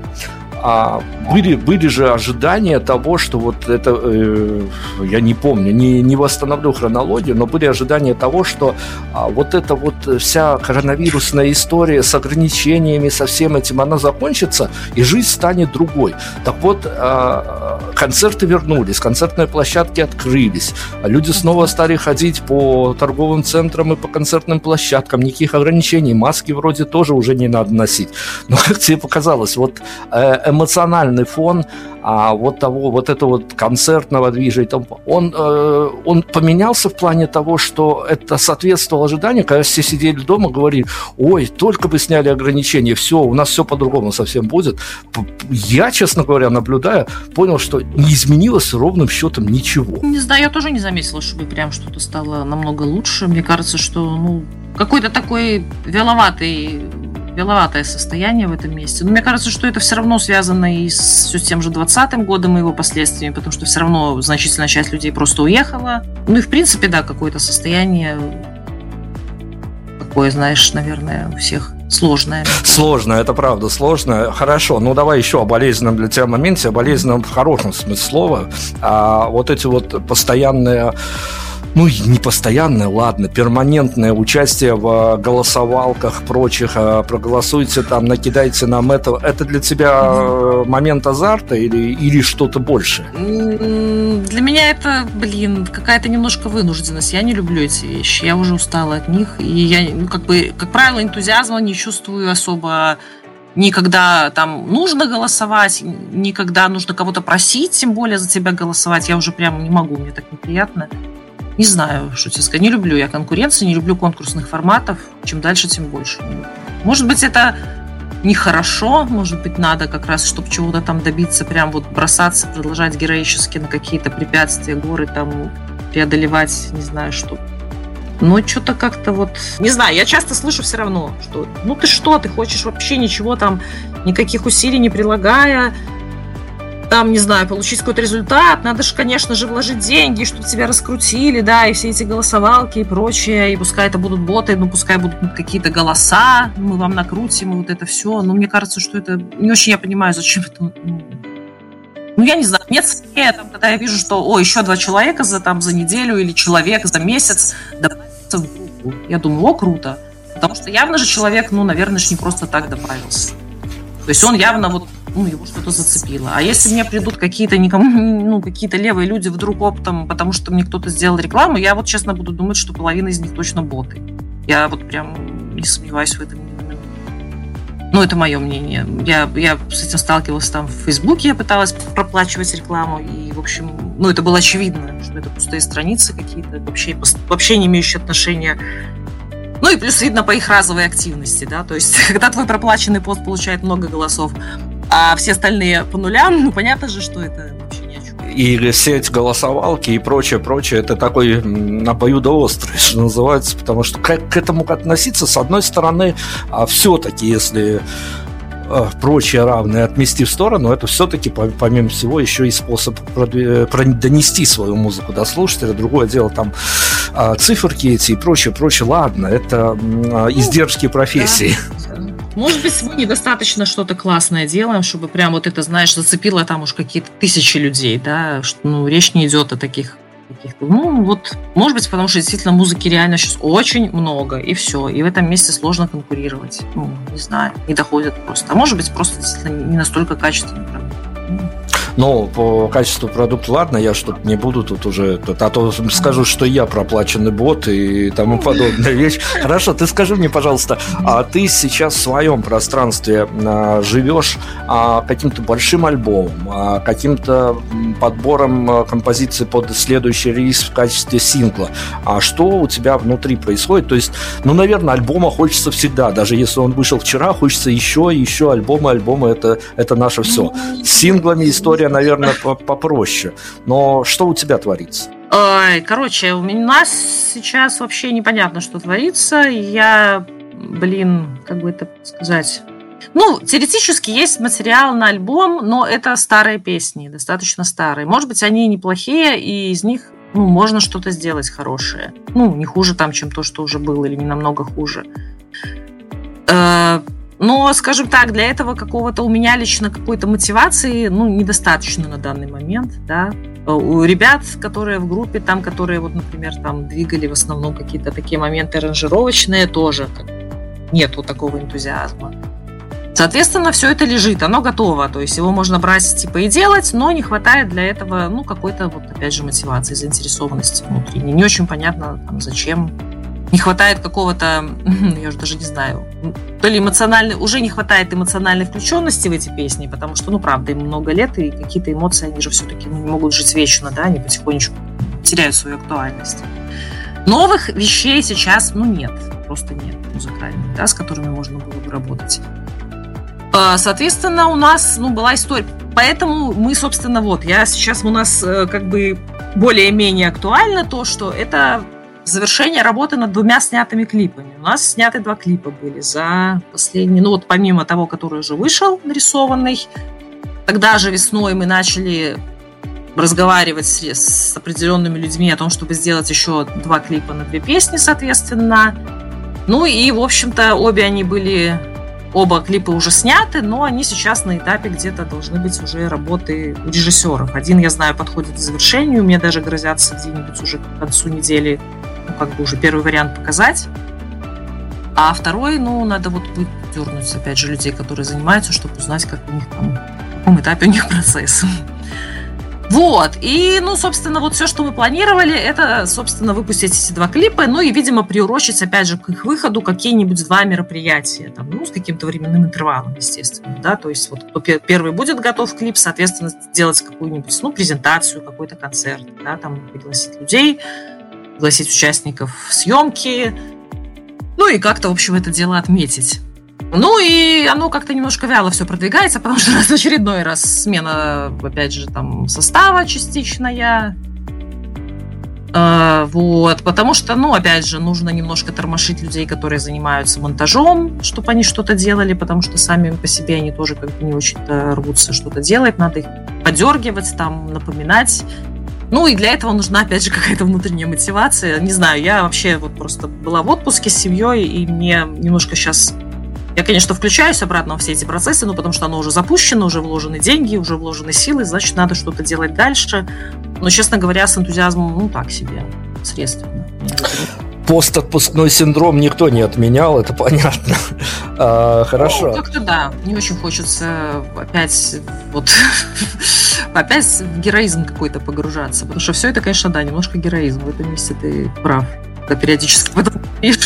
были же ожидания того, что вот это, я не помню, не восстановлю хронологию, но были ожидания того, что вот эта вот вся коронавирусная история с ограничениями, со всем этим, она закончится, и жизнь станет другой. Так вот, концерты вернулись, концертные площадки открылись, люди снова стали ходить по торговым центрам и по концертным площадкам, никаких ограничений, маски вроде тоже уже не надо носить. Но как тебе показалось, вот эмоциональный фон вот этого концертного движа, он поменялся в плане того, что это соответствовало ожиданию, когда все сидели дома, говорили: ой, только бы сняли ограничения, все, у нас все по-другому совсем будет. Я, честно говоря, наблюдая, понял, что не изменилось ровным счетом ничего. Не знаю, я тоже не заметила, чтобы прям что-то стало намного лучше. Мне кажется, что какой-то такой вяловатое состояние в этом месте. Но мне кажется, что это все равно связано и с тем же 2020 годом и его последствиями, потому что все равно значительная часть людей просто уехала. И в принципе, да, какое-то состояние такое, знаешь, наверное, у всех сложное. Сложно, это правда, сложно. Хорошо, давай еще о болезненном для тебя моменте, о болезненном в хорошем смысле слова. Вот эти вот постоянные... не постоянное, ладно, перманентное участие в голосовалках прочих, проголосуйте там, накидайте нам это. Это для тебя момент азарта или что-то больше? Для меня это, какая-то немножко вынужденность. Я не люблю эти вещи, я уже устала от них. И я, как правило, энтузиазма не чувствую особо никогда там нужно голосовать, никогда нужно кого-то просить, тем более за тебя голосовать. Я уже прям не могу, мне так неприятно. Не знаю, что тебе сказать. Не люблю я конкуренции, не люблю конкурсных форматов. Чем дальше, тем больше. Может быть, это нехорошо, может быть, надо как раз, чтобы чего-то там добиться, прям бросаться, продолжать героически на какие-то препятствия, горы там преодолевать, не знаю, что. Но что-то как-то не знаю, я часто слышу все равно, что ты хочешь вообще ничего там, никаких усилий не прилагая, там, не знаю, получить какой-то результат, надо же, конечно же, вложить деньги, чтобы тебя раскрутили, да, и все эти голосовалки и прочее, и пускай это будут боты, пускай будут какие-то голоса, мы вам накрутим, и вот это все. Мне кажется, что это... Не очень я понимаю, зачем это... я не знаю, нет смысла, когда я вижу, что, еще 2 человека за неделю или человек за месяц добавится в группу. Я думаю, круто. Потому что явно же человек, наверное, не просто так добавился. То есть он явно его что-то зацепило. А если мне придут какие-то какие-то левые люди вдруг оптом, потому что мне кто-то сделал рекламу, я честно буду думать, что половина из них точно боты. Я прям не сомневаюсь в этом. Это мое мнение. Я с этим сталкивалась там в Фейсбуке, я пыталась проплачивать рекламу, и, в общем, это было очевидно, что это пустые страницы какие-то, вообще не имеющие отношения. И плюс видно по их разовой активности, да, то есть, когда твой проплаченный пост получает много голосов, а все остальные по нулям, понятно же, что это вообще ни о чем. И все эти голосовалки и прочее, это такой обоюдоострый, что называется, потому что как к этому относиться, с одной стороны, все-таки, если прочее равное отмести в сторону, это все-таки, помимо всего, еще и способ донести свою музыку до слушателя. Другое дело, там циферки эти и прочее, ладно, это издержки профессии. Да. Может быть, мы недостаточно что-то классное делаем, чтобы прям это, знаешь, зацепило там уж какие-то тысячи людей, да, что, речь не идет о таких каких-то, может быть, потому что действительно музыки реально сейчас очень много, и все, и в этом месте сложно конкурировать, не знаю, не доходит просто, а может быть, просто действительно не настолько качественно, правда. Но по качеству продукта, ладно, я что-то не буду тут уже, а то скажу, что я проплаченный бот и тому подобная вещь. Хорошо, ты скажи мне, пожалуйста, а ты сейчас в своем пространстве живешь каким-то большим альбомом, каким-то подбором композиций под следующий релиз в качестве сингла? А что у тебя внутри происходит? То есть, наверное, альбома хочется всегда, даже если он вышел вчера, хочется еще альбомы, это наше все. С синглами история, наверное, попроще. Но что у тебя творится? Короче, у нас сейчас вообще непонятно, что творится. Я, как бы это сказать... теоретически есть материал на альбом, но это старые песни, достаточно старые. Может быть, они неплохие, и из них можно что-то сделать хорошее. Не хуже там, чем то, что уже было, или не намного хуже. Но, скажем так, для этого какого-то у меня лично какой-то мотивации, недостаточно на данный момент, да. У ребят, которые в группе, которые, например, двигали в основном какие-то такие моменты аранжировочные, тоже нет такого энтузиазма. Соответственно, все это лежит, оно готово, то есть его можно брать и делать, но не хватает для этого, какой-то, опять же, мотивации, заинтересованности внутренней. Не очень понятно, зачем. Не хватает какого-то, я уже даже не знаю, то ли уже не хватает эмоциональной включенности в эти песни, потому что, правда, им много лет, и какие-то эмоции, они же все-таки не могут жить вечно, да, они потихонечку теряют свою актуальность. Новых вещей сейчас, нет, просто нет музыкальных, да, с которыми можно было бы работать. Соответственно, у нас, была история, поэтому мы, собственно, у нас более-менее актуально то, что это завершение работы над 2 снятыми клипами. У нас сняты 2 клипа были за последние, помимо того, который уже вышел, нарисованный. Тогда же весной мы начали разговаривать с определенными людьми о том, чтобы сделать еще 2 клипа на 2 песни, соответственно. И, в общем-то, оба клипа уже сняты, но они сейчас на этапе где-то должны быть уже работы у режиссеров. Один, я знаю, подходит к завершению, мне даже грозятся где-нибудь уже к концу недели уже первый вариант показать. А второй, надо будет дернуть, опять же, людей, которые занимаются, чтобы узнать, как у них в каком этапе у них процесс. И, собственно, все, что мы планировали, это, собственно, выпустить эти 2 клипа, и, видимо, приурочить, опять же, к их выходу какие-нибудь 2 мероприятия, с каким-то временным интервалом, естественно, да, то есть первый будет готов клип, соответственно, сделать какую-нибудь, презентацию, какой-то концерт, да, пригласить людей, пригласить участников съемки, и как-то, в общем, это дело отметить. И оно как-то немножко вяло все продвигается, потому что у нас в очередной раз смена, опять же, состава частичная. Потому что, опять же, нужно немножко тормошить людей, которые занимаются монтажом, чтобы они что-то делали, потому что сами по себе они тоже не очень-то рвутся что-то делать, надо их подергивать, напоминать. И для этого нужна, опять же, какая-то внутренняя мотивация. Не знаю, я вообще просто была в отпуске с семьей, и мне немножко сейчас... Я, конечно, включаюсь обратно во все эти процессы, потому что оно уже запущено, уже вложены деньги, уже вложены силы, значит, надо что-то делать дальше. Но, честно говоря, с энтузиазмом, так себе, средственно. Постотпускной синдром никто не отменял, это понятно. Хорошо. Как-то да, не очень хочется опять в героизм какой-то погружаться, потому что все это, конечно, да, немножко героизм. В этом месте ты прав, когда периодически в этом пишешь.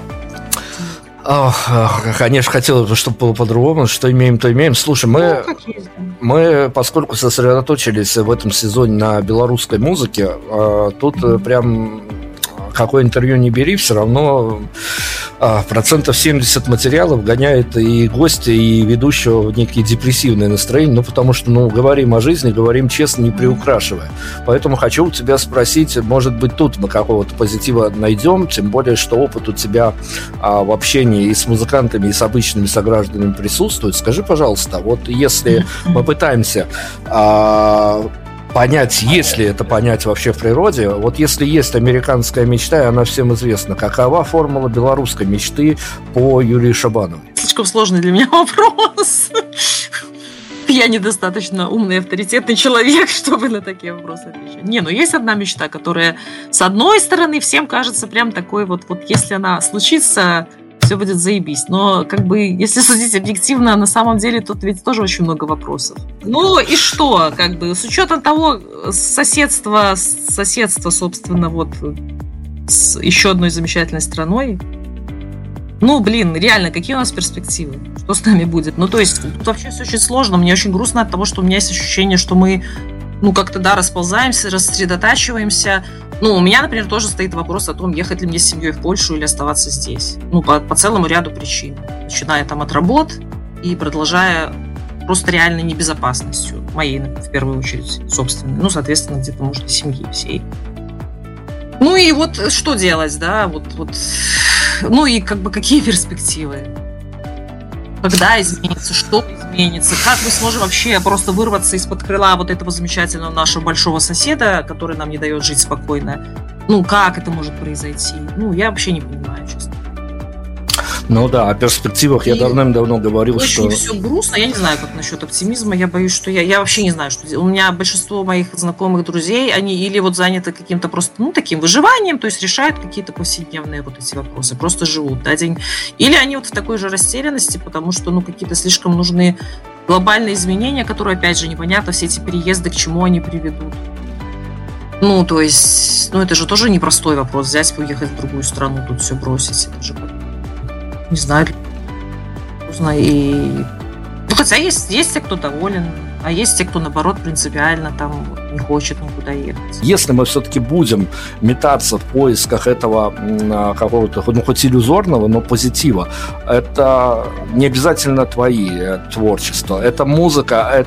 Конечно, хотел бы, чтобы было по-другому. Что имеем, то имеем. Слушай, мы, поскольку сосредоточились в этом сезоне на белорусской музыке, тут прям какое интервью не бери, все равно 70% материалов гоняет и гостя, и ведущего в некие депрессивные настроения, потому что, говорим о жизни, говорим честно, не приукрашивая. Поэтому хочу у тебя спросить, может быть, тут мы какого-то позитива найдем, тем более, что опыт у тебя в общении и с музыкантами, и с обычными согражданами присутствует. Скажи, пожалуйста, если мы пытаемся понять, если это понять вообще в природе, если есть американская мечта, и она всем известна, какова формула белорусской мечты по Юлии Шабановой? Слишком сложный для меня вопрос. Я недостаточно умный, авторитетный человек, чтобы на такие вопросы отвечать. Есть одна мечта, которая, с одной стороны, всем кажется прям такой если она случится, все будет заебись. Но, как бы, если судить объективно, на самом деле тут ведь тоже очень много вопросов. Ну и что, как бы, с учетом того соседства, собственно, вот с еще одной замечательной страной, ну, блин, реально, какие у нас перспективы? Что с нами будет? Ну, то есть, тут вообще все очень сложно. Мне очень грустно от того, что у меня есть ощущение, что мы, ну, как-то, да, расползаемся, рассредотачиваемся. Ну, у меня, например, тоже стоит вопрос о том, ехать ли мне с семьей в Польшу или оставаться здесь. Ну, по целому ряду причин. Начиная там от работ и продолжая просто реальной небезопасностью. Моей, в первую очередь, собственной. Ну, соответственно, где-то, может, и семьи всей. Ну, и вот что делать, да, вот. Ну, и как бы какие перспективы? Когда изменится? Что изменится? Как мы сможем вообще просто вырваться из-под крыла вот этого замечательного нашего большого соседа, который нам не дает жить спокойно? Ну, как это может произойти? Ну, я вообще не понимаю, честно. Ну да, о перспективах я давным-давно говорил, что... Очень все грустно. Я не знаю, как насчет оптимизма. Я боюсь, что я вообще не знаю, что... У меня большинство моих знакомых, друзей, они или вот заняты каким-то просто, ну, таким выживанием, то есть решают какие-то повседневные вот эти вопросы, просто живут, да, день. Или они вот в такой же растерянности, потому что, ну, какие-то слишком нужны глобальные изменения, которые, опять же, непонятно, все эти переезды, к чему они приведут. Ну, то есть, ну, это же тоже непростой вопрос, взять, уехать в другую страну, тут все бросить, это же... Не знаю. И... Ну, хотя есть те, кто доволен, а есть те, кто, наоборот, принципиально там не хочет никуда ехать. Если мы все-таки будем метаться в поисках этого какого-то, ну, хоть иллюзорного, но позитива, это не обязательно твои творчества. Это музыка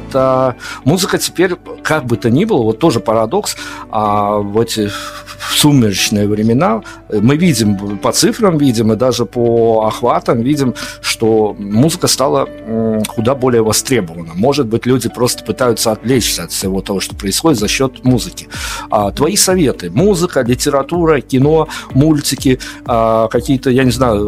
теперь, как бы то ни было, вот тоже парадокс, в эти сумеречные времена мы видим, по цифрам видим, и даже по охватам видим, что музыка стала куда более востребована. Может быть, люди просто пытаются отвлечься от всего того, что происходит за счет музыки. Твои советы: музыка, литература, кино, мультики, какие-то, я не знаю,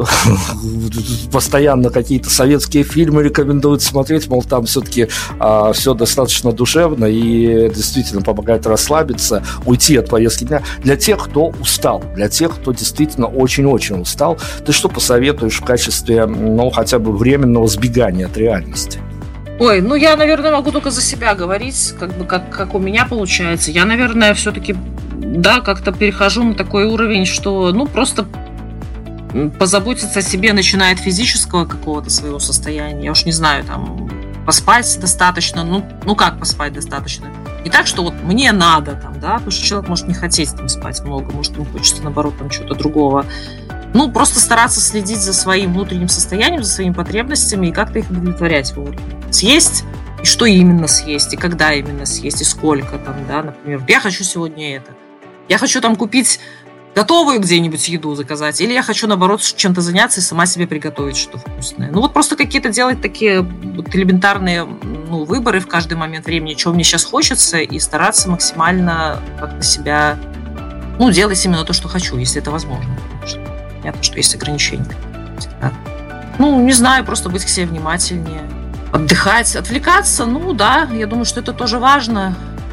постоянно какие-то советские фильмы рекомендуют смотреть, мол, там все-таки все достаточно душевно и действительно помогает расслабиться, уйти от повестки дня. Для тех, кто устал, для тех, кто действительно очень-очень устал, ты что посоветуешь в качестве, ну, хотя бы временного сбегания от реальности? Ой, ну я, наверное, могу только за себя говорить, как у меня получается. Я, наверное, все-таки, да, как-то перехожу на такой уровень, что, ну, просто позаботиться о себе, начиная от физического какого-то своего состояния. Я уж не знаю, там, поспать достаточно, ну как поспать достаточно? Не так, что вот мне надо, там, да, потому что человек может не хотеть там спать много, может, ему хочется, наоборот, там, чего-то другого. Ну, просто стараться следить за своим внутренним состоянием, за своими потребностями и как-то их удовлетворять вовремя. Съесть, и что именно съесть, и когда именно съесть, и сколько там, да, например. Я хочу сегодня это. Я хочу там купить готовую где-нибудь еду заказать, или я хочу, наоборот, чем-то заняться и сама себе приготовить что-то вкусное. Ну, вот просто какие-то делать такие вот элементарные, ну, выборы в каждый момент времени, чего мне сейчас хочется, и стараться максимально как-то себя, ну, делать именно то, что хочу, если это возможно, конечно. Понятно, что есть ограничения. Да. Ну, не знаю, просто быть к себе внимательнее, отдыхать, отвлекаться, ну, да, я думаю, что это тоже важно.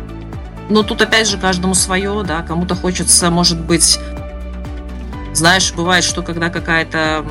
Но тут, опять же, каждому свое, да, кому-то хочется, может быть, знаешь, бывает, что когда какое-то,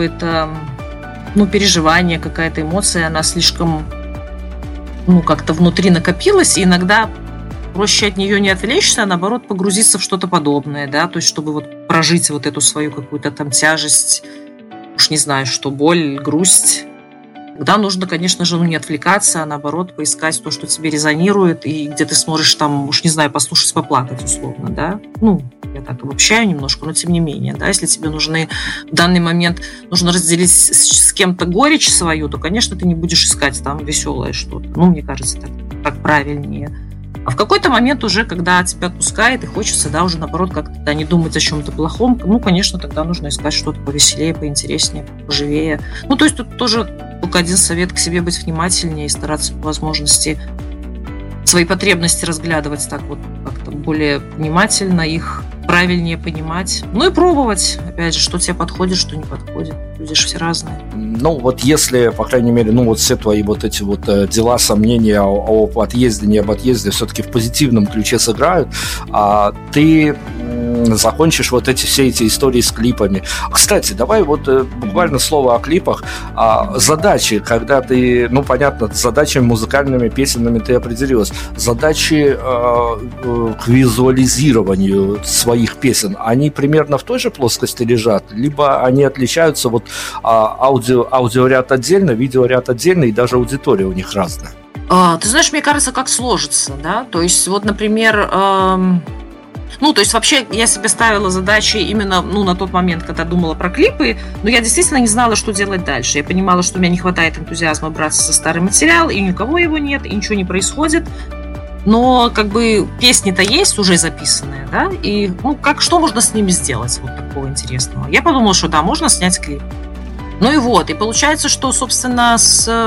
ну, переживание, какая-то эмоция, она слишком, ну, как-то внутри накопилась, и иногда проще от нее не отвлечься, а наоборот погрузиться в что-то подобное, да, то есть чтобы вот прожить вот эту свою какую-то там тяжесть, уж не знаю, что боль, грусть. Тогда нужно, конечно же, ну, не отвлекаться, а наоборот поискать то, что тебе резонирует, и где ты сможешь там, уж не знаю, послушать, поплакать условно, да. Ну, я так обобщаю немножко, но тем не менее, да, если тебе нужны в данный момент, нужно разделить с кем-то горечь свою, то, конечно, ты не будешь искать там веселое что-то. Ну, мне кажется, так правильнее. А в какой-то момент уже, когда тебя отпускает и хочется, да, уже наоборот как-то, да, не думать о чем-то плохом, ну, конечно, тогда нужно искать что-то повеселее, поинтереснее, поживее. Ну, то есть тут тоже только один совет: к себе быть внимательнее и стараться по возможности свои потребности разглядывать так вот как-то более внимательно, их правильнее понимать. Ну и пробовать, опять же, что тебе подходит, что не подходит. Люди же все разные. Ну, вот если, по крайней мере, ну, вот все твои вот эти вот дела, сомнения об отъезде, не об отъезде все-таки в позитивном ключе сыграют, ты закончишь вот все эти истории с клипами. Кстати, давай вот буквально слово о клипах. Задачи, когда ты, ну, понятно, с задачами музыкальными, песенными ты определилась. Задачи к визуализированию своих песен, они примерно в той же плоскости лежат, либо они отличаются, вот аудиоряд отдельно, видеоряд отдельно, и даже аудитория у них разная? Ты знаешь, мне кажется, как сложится, да, то есть вот, например, ну, то есть вообще я себе ставила задачи именно, ну, на тот момент, когда думала про клипы, но я действительно не знала, что делать дальше. Я понимала, что у меня не хватает энтузиазма браться за старый материал, и никого его нет, и ничего не происходит. Но как бы песни-то есть уже записанные, да, и, ну, что можно с ними сделать вот такого интересного? Я подумала, что да, можно снять клип. Ну и вот, и получается, что, собственно,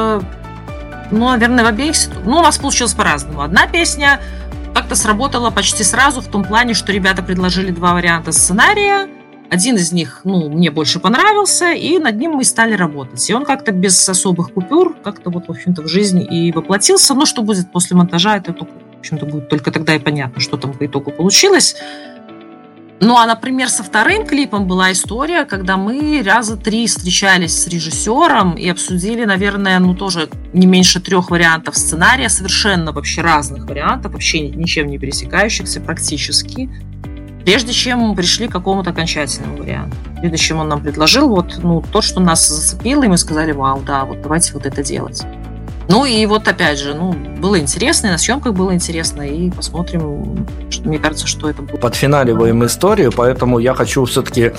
ну, наверное, в обеих ситуациях, ну, у нас получилось по-разному. Одна песня как-то сработала почти сразу в том плане, что ребята предложили 2 варианта сценария. Один из них, ну, мне больше понравился, и над ним мы стали работать. И он как-то без особых купюр, как-то вот, в общем-то, в жизни и воплотился. Но что будет после монтажа, это, в общем-то, будет только тогда и понятно, что там по итогу получилось. Ну, а, например, со вторым клипом была история, когда мы раза 3 встречались с режиссером и обсудили, наверное, ну, тоже не меньше 3 вариантов сценария, совершенно вообще разных вариантов, вообще ничем не пересекающихся практически, прежде чем мы пришли к какому-то окончательному варианту. Прежде чем он нам предложил вот, ну, то, что нас зацепило, и мы сказали: вау, да, вот давайте вот это делать. Ну и вот опять же, ну, было интересно, и на съемках было интересно, и посмотрим, что, мне кажется, что это будет. Подфиналиваем историю, поэтому я хочу все-таки,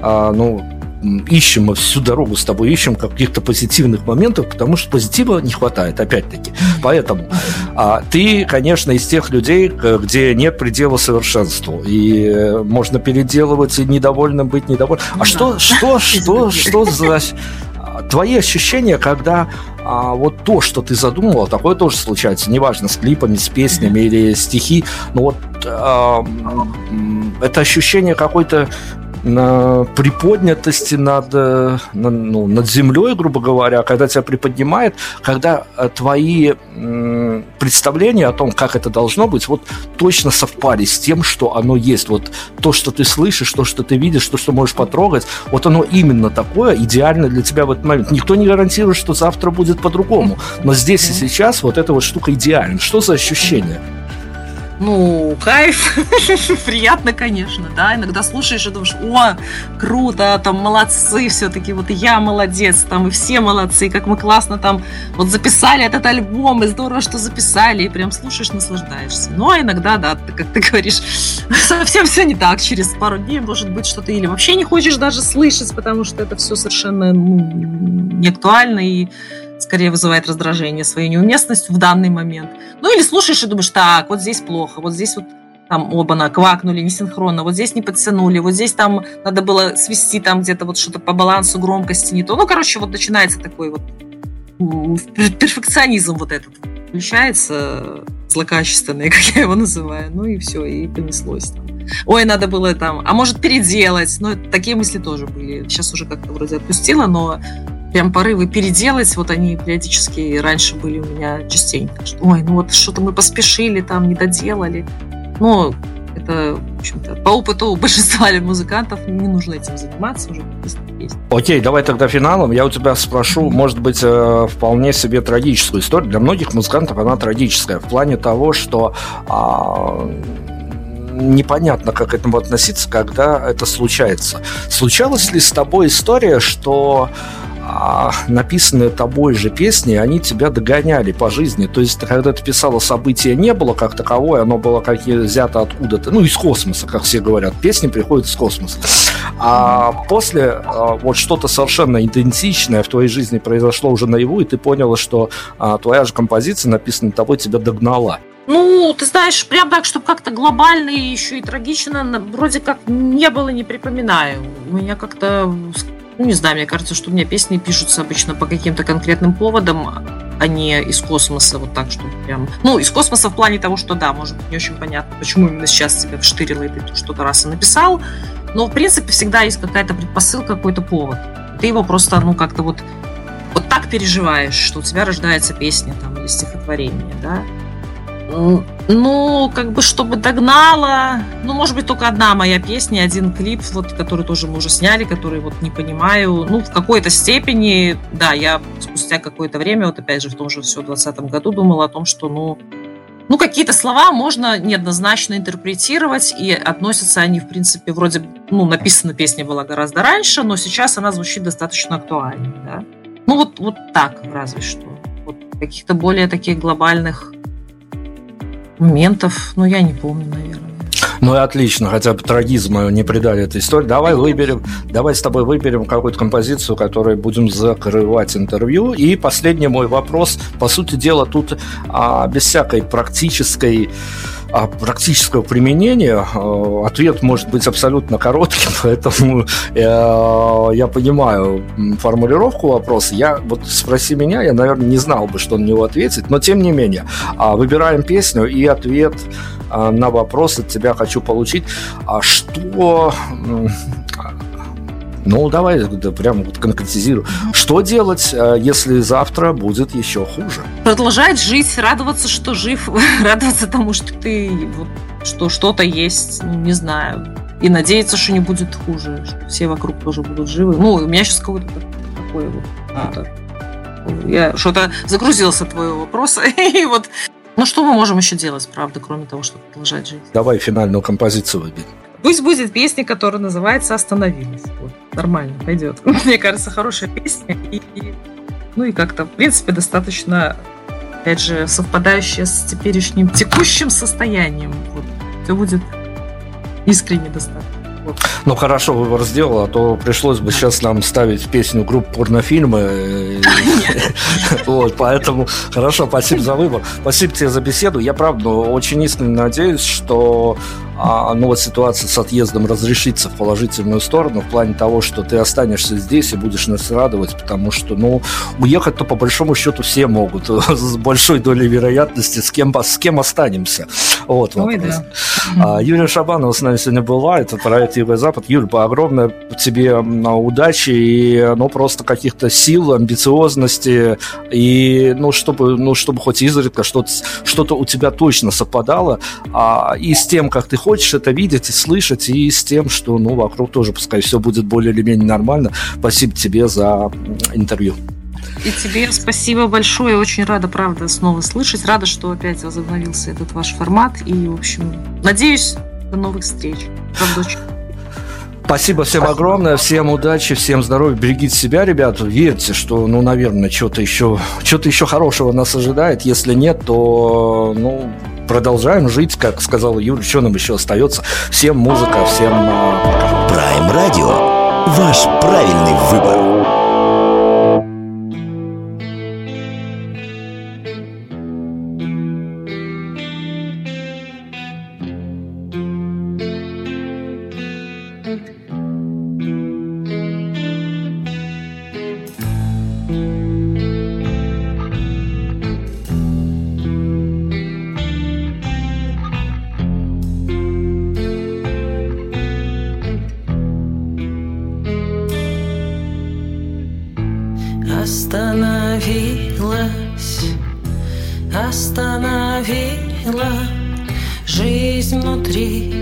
ищем, мы всю дорогу с тобой ищем каких-то позитивных моментов, потому что позитива не хватает, опять-таки. Поэтому ты, конечно, из тех людей, где нет предела совершенству, и можно переделывать и недовольным быть недовольным. А что за твои ощущения, когда вот то, что ты задумывала, такое тоже случается, неважно, с клипами, с песнями или стихи, но вот это ощущение какой-то приподнятости над землей, грубо говоря, когда тебя приподнимает, когда твои представления о том, как это должно быть, вот точно совпали с тем, что оно есть. Вот то, что ты слышишь, то, что ты видишь, то, что можешь потрогать, вот оно именно такое, идеально для тебя в этот момент. Никто не гарантирует, что завтра будет по-другому, но здесь и сейчас вот эта вот штука идеальна. Что за ощущение? Ну, кайф, приятно, конечно, да, иногда слушаешь и думаешь: о, круто, там, молодцы, все-таки, вот я молодец, там, и все молодцы, как мы классно там вот записали этот альбом, и здорово, что записали, и прям слушаешь, наслаждаешься. Ну, а иногда, да, как ты говоришь, совсем все не так, через пару дней, может быть, что ты или вообще не хочешь даже слышать, потому что это все совершенно, не актуально, и скорее вызывает раздражение своей неуместностью в данный момент. Ну или слушаешь и думаешь: так, вот здесь плохо, вот здесь вот там оба квакнули несинхронно, вот здесь не подтянули, вот здесь там надо было свести там где-то вот что-то по балансу громкости не то. Ну, короче, вот начинается такой вот перфекционизм вот этот. Включается злокачественный, как я его называю. Ну и все, и понеслось там. Ой, надо было там, а может переделать. Ну, такие мысли тоже были. Сейчас уже как-то вроде отпустила, но прям порывы переделать, вот они периодически раньше были у меня частенько. Что, ой, ну вот что-то мы поспешили, там, не доделали. Но это, в общем-то, по опыту большинства музыкантов не нужно этим заниматься уже. Есть. Окей, давай тогда финалом. Я у тебя спрошу, может быть, вполне себе трагическую историю. Для многих музыкантов она трагическая. В плане того, что непонятно, как к этому относиться, когда это случается. Случалась ли с тобой история, что написанные тобой же песни, они тебя догоняли по жизни? То есть, когда ты писала, события не было как таковое, оно было как взято откуда-то, ну, из космоса, как все говорят. Песни приходят из космоса. А после вот что-то совершенно идентичное в твоей жизни произошло уже наяву, и ты поняла, что твоя же композиция, написанная тобой, тебя догнала. Ну, ты знаешь, прям так, чтобы как-то глобально и еще и трагично, вроде как не было, не припоминаю. У меня как-то, ну, не знаю, мне кажется, что у меня песни пишутся обычно по каким-то конкретным поводам, а не из космоса, вот так, что прям... Ну, из космоса в плане того, что, да, может быть, не очень понятно, почему именно сейчас тебя вштырило, и ты что-то раз и написал, но, в принципе, всегда есть какая-то предпосылка, какой-то повод. Ты его просто, ну, как-то вот так переживаешь, что у тебя рождается песня там или стихотворение, да. Ну, как бы, чтобы догнала, ну, может быть, только одна моя песня, один клип, вот, который тоже мы уже сняли, который вот не понимаю. Ну, в какой-то степени, да, я спустя какое-то время, вот опять же, в том же все 2020 году думала о том, что, ну, какие-то слова можно неоднозначно интерпретировать, и относятся они, в принципе, вроде, ну, написана песня была гораздо раньше, но сейчас она звучит достаточно актуально, да. Ну, вот так, разве что. Вот каких-то более таких глобальных моментов, ну, я не помню, наверное. Ну и отлично, хотя бы трагизма не придали этой истории. Давай с тобой выберем какую-то композицию, которой будем закрывать интервью. И последний мой вопрос. По сути дела, тут без всякой практического применения ответ может быть абсолютно коротким, поэтому я понимаю формулировку вопроса. Спроси меня, я, наверное, не знал бы, что на него ответить, но тем не менее, выбираем песню, и ответ на вопрос от тебя хочу получить. Ну, давай прямо конкретизирую. Что делать, если завтра будет еще хуже? Продолжать жить, радоваться, что жив, радоваться тому, что что что-то есть, не знаю. И надеяться, что не будет хуже, что все вокруг тоже будут живы. Ну, у меня сейчас какое-то такое вот. Я что-то загрузилась от твоего вопроса. И вот. Ну, что мы можем еще делать, правда, кроме того, чтобы продолжать жить? Давай финальную композицию выберем. Пусть будет песня, которая называется «Остановились». Вот, нормально, пойдет. Мне кажется, хорошая песня. Ну и как-то, в принципе, достаточно, опять же, совпадающая с теперешним текущим состоянием. Вот. Все будет искренне достаточно. Вот. Ну, хорошо, выбор сделал, а то пришлось бы сейчас нам ставить песню группы порнофильмы. Вот, поэтому хорошо, спасибо за выбор. Спасибо тебе за беседу. Я, правда, очень искренне надеюсь, что вот ситуация с отъездом разрешится в положительную сторону, в плане того, что ты останешься здесь и будешь нас радовать, потому что, уехать-то по большому счету все могут, с большой долей вероятности, с кем останемся. Вот вопрос. Да. Юлия Шабанова с нами сегодня была, это проект Юго-Запад. Юль, огромное тебе удачи и, просто каких-то сил, амбициозности, и, чтобы хоть изредка что-то у тебя точно совпадало, и с тем, как ты хочешь это видеть и слышать, и с тем, что, вокруг тоже, пускай все будет более или менее нормально. Спасибо тебе за интервью. И тебе спасибо большое. Очень рада, правда, снова слышать. Рада, что опять возобновился этот ваш формат. И, в общем, надеюсь, до новых встреч. Правда, очень. Спасибо всем огромное, всем удачи, всем здоровья, берегите себя, ребята, верьте, что, наверное, что-то еще хорошего нас ожидает, если нет, то, продолжаем жить, как сказала Юля, что нам еще остается. Всем музыка, всем пока. Prime Radio. Ваш правильный выбор. Остановила жизнь внутри,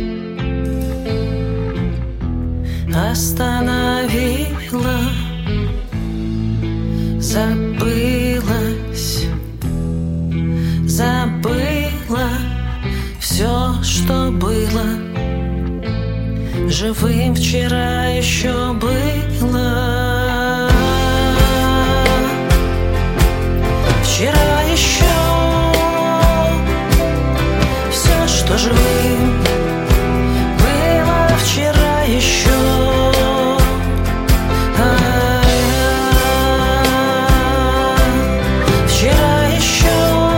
остановила, забыла все, что было, живым вчера еще было, вчера еще. Что живым было вчера еще. Вчера еще.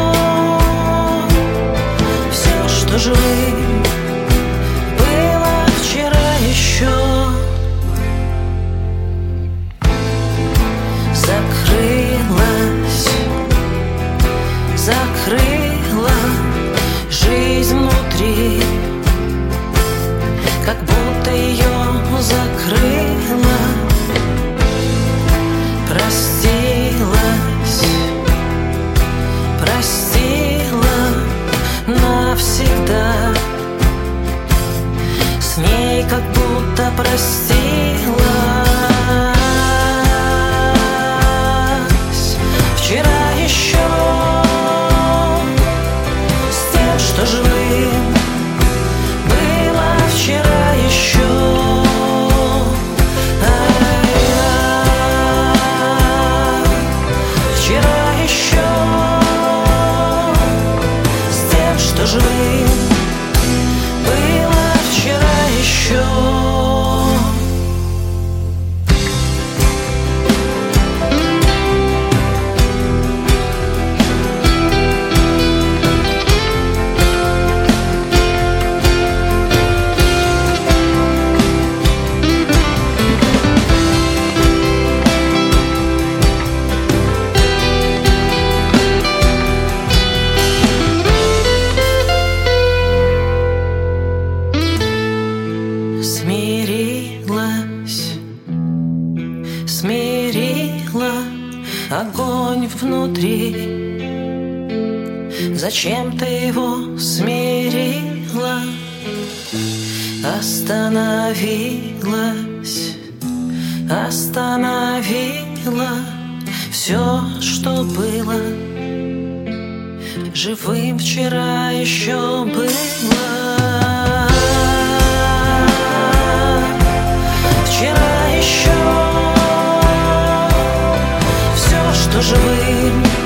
Все, что живым было вчера еще. Закрыла жизнь внутри, будто простилась. Вчера еще с тем, что живым было вчера еще. Вчера еще с тем, что живым было вчера еще. Смирила огонь внутри. Зачем ты его смирила? Остановилась, остановила все, что было. Живым вчера еще было. Вчера еще все, что живым